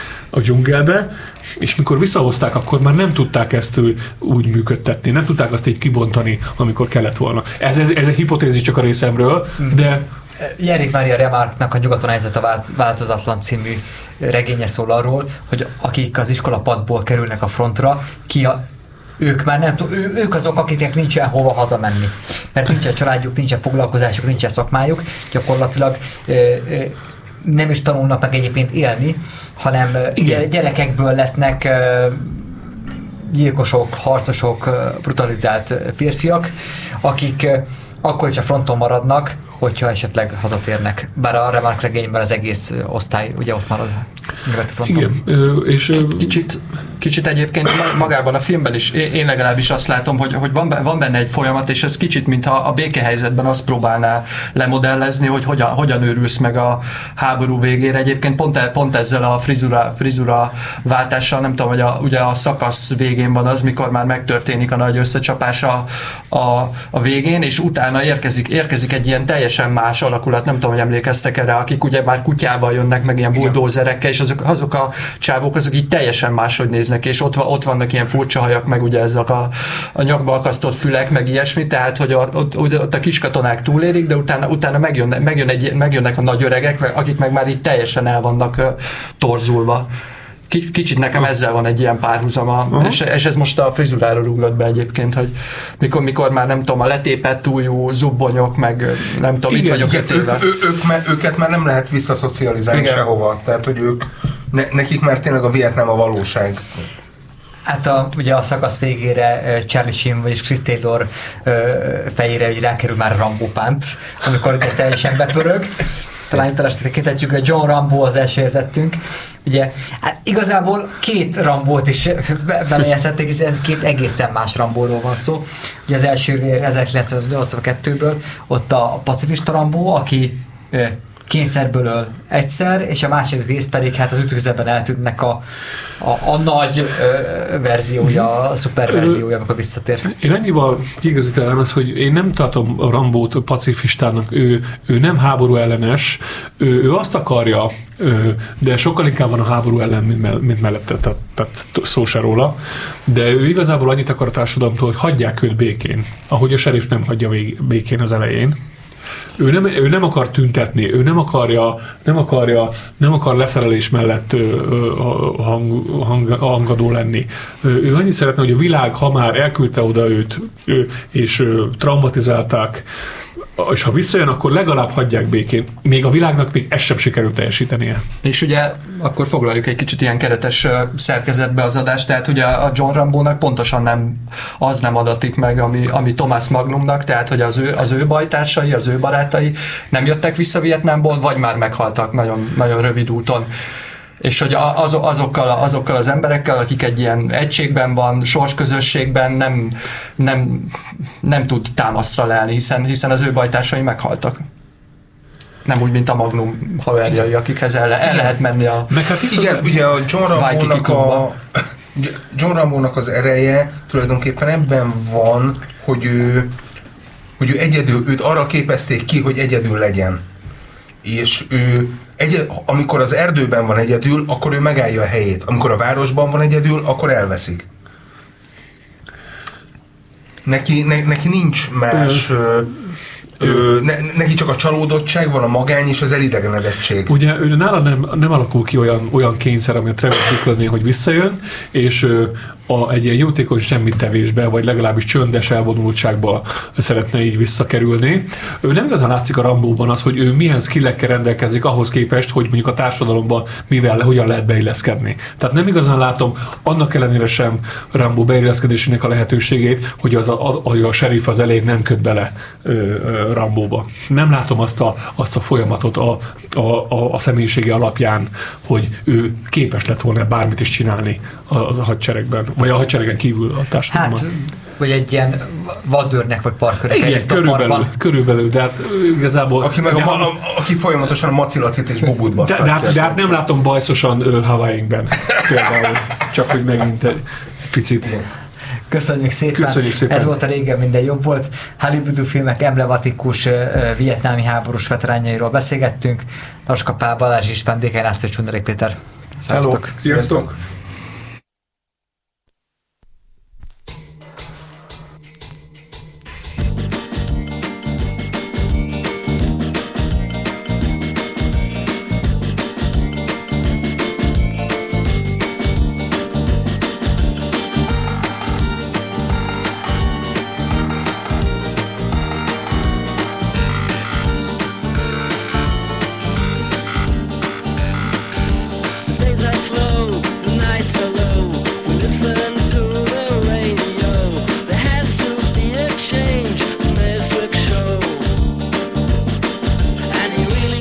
a dzsungelbe, és mikor visszahozták, akkor már nem tudták ezt úgy működtetni, nem tudták azt így kibontani, amikor kellett volna. Ez, ez, ez egy hipotézis csak a részemről, de... Erich Maria Remarque-nak a Nyugaton helyzet a változatlan című regénye szól arról, hogy akik az iskolapadból kerülnek a frontra, ki a ők már nem tud, ő, ők azok, akiknek nincsen hova hazamenni. Mert nincsen családjuk, nincsen foglalkozásuk, nincsen szakmájuk, gyakorlatilag ö, ö, nem is tanulnak meg egyébként élni, hanem igen, gyerekekből lesznek gyilkosok, harcosok, brutalizált férfiak, akik akkor is a fronton maradnak, hogyha esetleg hazatérnek. Bár a Remarque regényben az egész osztály ugye ott marad nyugati fronton. Igen, és kicsit, kicsit egyébként magában a filmben is, én legalábbis azt látom, hogy, hogy van, van benne egy folyamat, és ez kicsit, mintha a békehelyzetben azt próbálná lemodellezni, hogy hogyan, hogyan őrülsz meg a háború végére. Egyébként pont, pont ezzel a frizura, frizura váltással, nem tudom, hogy a, ugye a szakasz végén van az, mikor már megtörténik a nagy összecsapás a, a, a végén, és utána érkezik, érkezik egy ilyen teljesen más alakulat, nem tudom, hogy emlékeztek erre, akik ugye már kutyával jönnek, meg ilyen bulldózerekkel, és azok, azok a csávók, azok így teljesen máshogy néznek, és ott, ott vannak ilyen furcsa hajak, meg ugye ezek a, a nyakba akasztott fülek, meg ilyesmi, tehát, hogy a, ott, ott a kiskatonák túlérik, de utána, utána megjön, megjön egy, megjönnek a nagy öregek, akik meg már így teljesen el vannak uh, torzulva. Kicsit nekem ezzel van egy ilyen párhuzama, uh-huh. és, és ez most a frizurára rúgott be egyébként, hogy mikor, mikor már nem tudom, a letépett újú zubbonyok, meg nem tudom, igen, itt vagyok öt éve. Ő, ő, ők me, őket már nem lehet visszaszocializálni igen. sehova, tehát hogy ők, ne, nekik már tényleg a Vietnám a valóság. Hát a, ugye a szakasz végére Charlie Sheen, vagyis Chris Taylor fejére hogy rákerül már Rambo pánt, amikor ugye teljesen bepörög. Talán talán tekintetjük, hogy John Rambo az első érzettünk. Ugye, hát igazából két Rambót is belejesztették, hiszen két egészen más Rambóról van szó. Ugye az első ezerkilencszáznyolcvankettőből ott a pacifista Rambó, aki kényszerből öl egyszer, és a második rész pedig hát az ütőzetben eltűnnek a, a, a nagy ö, verziója, a szuper verziója, amikor visszatér. Én annyival kiigazítanám az, hogy én nem tartom a Rambót pacifistának, ő, ő nem háború ellenes, ő, ő azt akarja, ő, de sokkal inkább van a háború ellen, mint, mint mellette, tehát, tehát szó se róla, de ő igazából annyit akar a társadalomtól, hogy hagyják őt békén, ahogy a sheriff nem hagyja békén az elején. Ő nem, ő nem akar tüntetni, ő nem akarja, nem akarja, nem akar leszerelés mellett hang, hang, hangadó lenni. Ő annyit szeretne, hogy a világ, ha már elküldte oda őt, és traumatizálták, és ha visszajön, akkor legalább hagyják békén. Még a világnak még ezt sem sikerült teljesítenie. És ugye akkor foglaljuk egy kicsit ilyen keretes szerkezetbe az adást, tehát ugye a John Rambónak pontosan nem, az nem adatik meg, ami, ami Thomas Magnumnak, tehát hogy az ő, az ő bajtársai, az ő barátai nem jöttek vissza Vietnámból, vagy már meghaltak nagyon, nagyon rövid úton. És hogy az, azokkal, azokkal az emberekkel, akik egy ilyen egységben van, sorsközösségben nem, nem, nem tud támaszra lelni, hiszen, hiszen az ő bajtársai meghaltak. Nem úgy, mint a Magnum haverjai, akikhez el, el lehet menni a... Hát igen, ugye a John Rambo-nak, a, John Rambo-nak az ereje tulajdonképpen ebben van, hogy ő, hogy ő egyedül, őt arra képezték ki, hogy egyedül legyen. És ő, egyed, amikor az erdőben van egyedül, akkor ő megállja a helyét. Amikor a városban van egyedül, akkor elveszik. Neki, ne, neki nincs más... Ö, Ö, ne, neki csak a csalódottság van, a magány és az elidegenedettség. Ugye ő nála nem, nem alakul ki olyan, olyan kényszer, ami a Travis Bickle-nél, hogy visszajön, és ö, a, egy ilyen jótékony semmittevésbe, vagy legalábbis csöndes elvonultságba szeretne így visszakerülni. Ő nem igazán látszik a Rambóban az, hogy ő milyen skillekkel rendelkezik ahhoz képest, hogy mondjuk a társadalomban mivel, hogyan lehet beilleszkedni. Tehát nem igazán látom annak ellenére sem Rambó beilleszkedésének a lehetőségét, hogy az a, a, a sheriff az elején nem köt bele ö, ö, Rambóba. Nem látom azt a, azt a folyamatot a, a, a, a személyisége alapján, hogy ő képes lett volna bármit is csinálni az a hadseregben, vagy a hadseregen kívül a társadalomban. Hát, vagy egy ilyen vadőrnek, vagy parkörnek. Igen, körülbelül, körülbelül, de hát igazából... Aki, meg a, a, a, aki folyamatosan a macilacit és bubut basztatja. De, de, hát, de hát nem látom bajszosan uh, Hawaii-ben például, csak hogy megint egy picit... Köszönjük szépen. Köszönjük szépen. Ez volt a Régen minden jobb volt. Hollywoodi filmek emblematikus uh, vietnámi háborús veteránjairól beszélgettünk. Laska Pál, Balázs István, Dékely László és Csunderék Péter. Sziasztok! Sziasztok!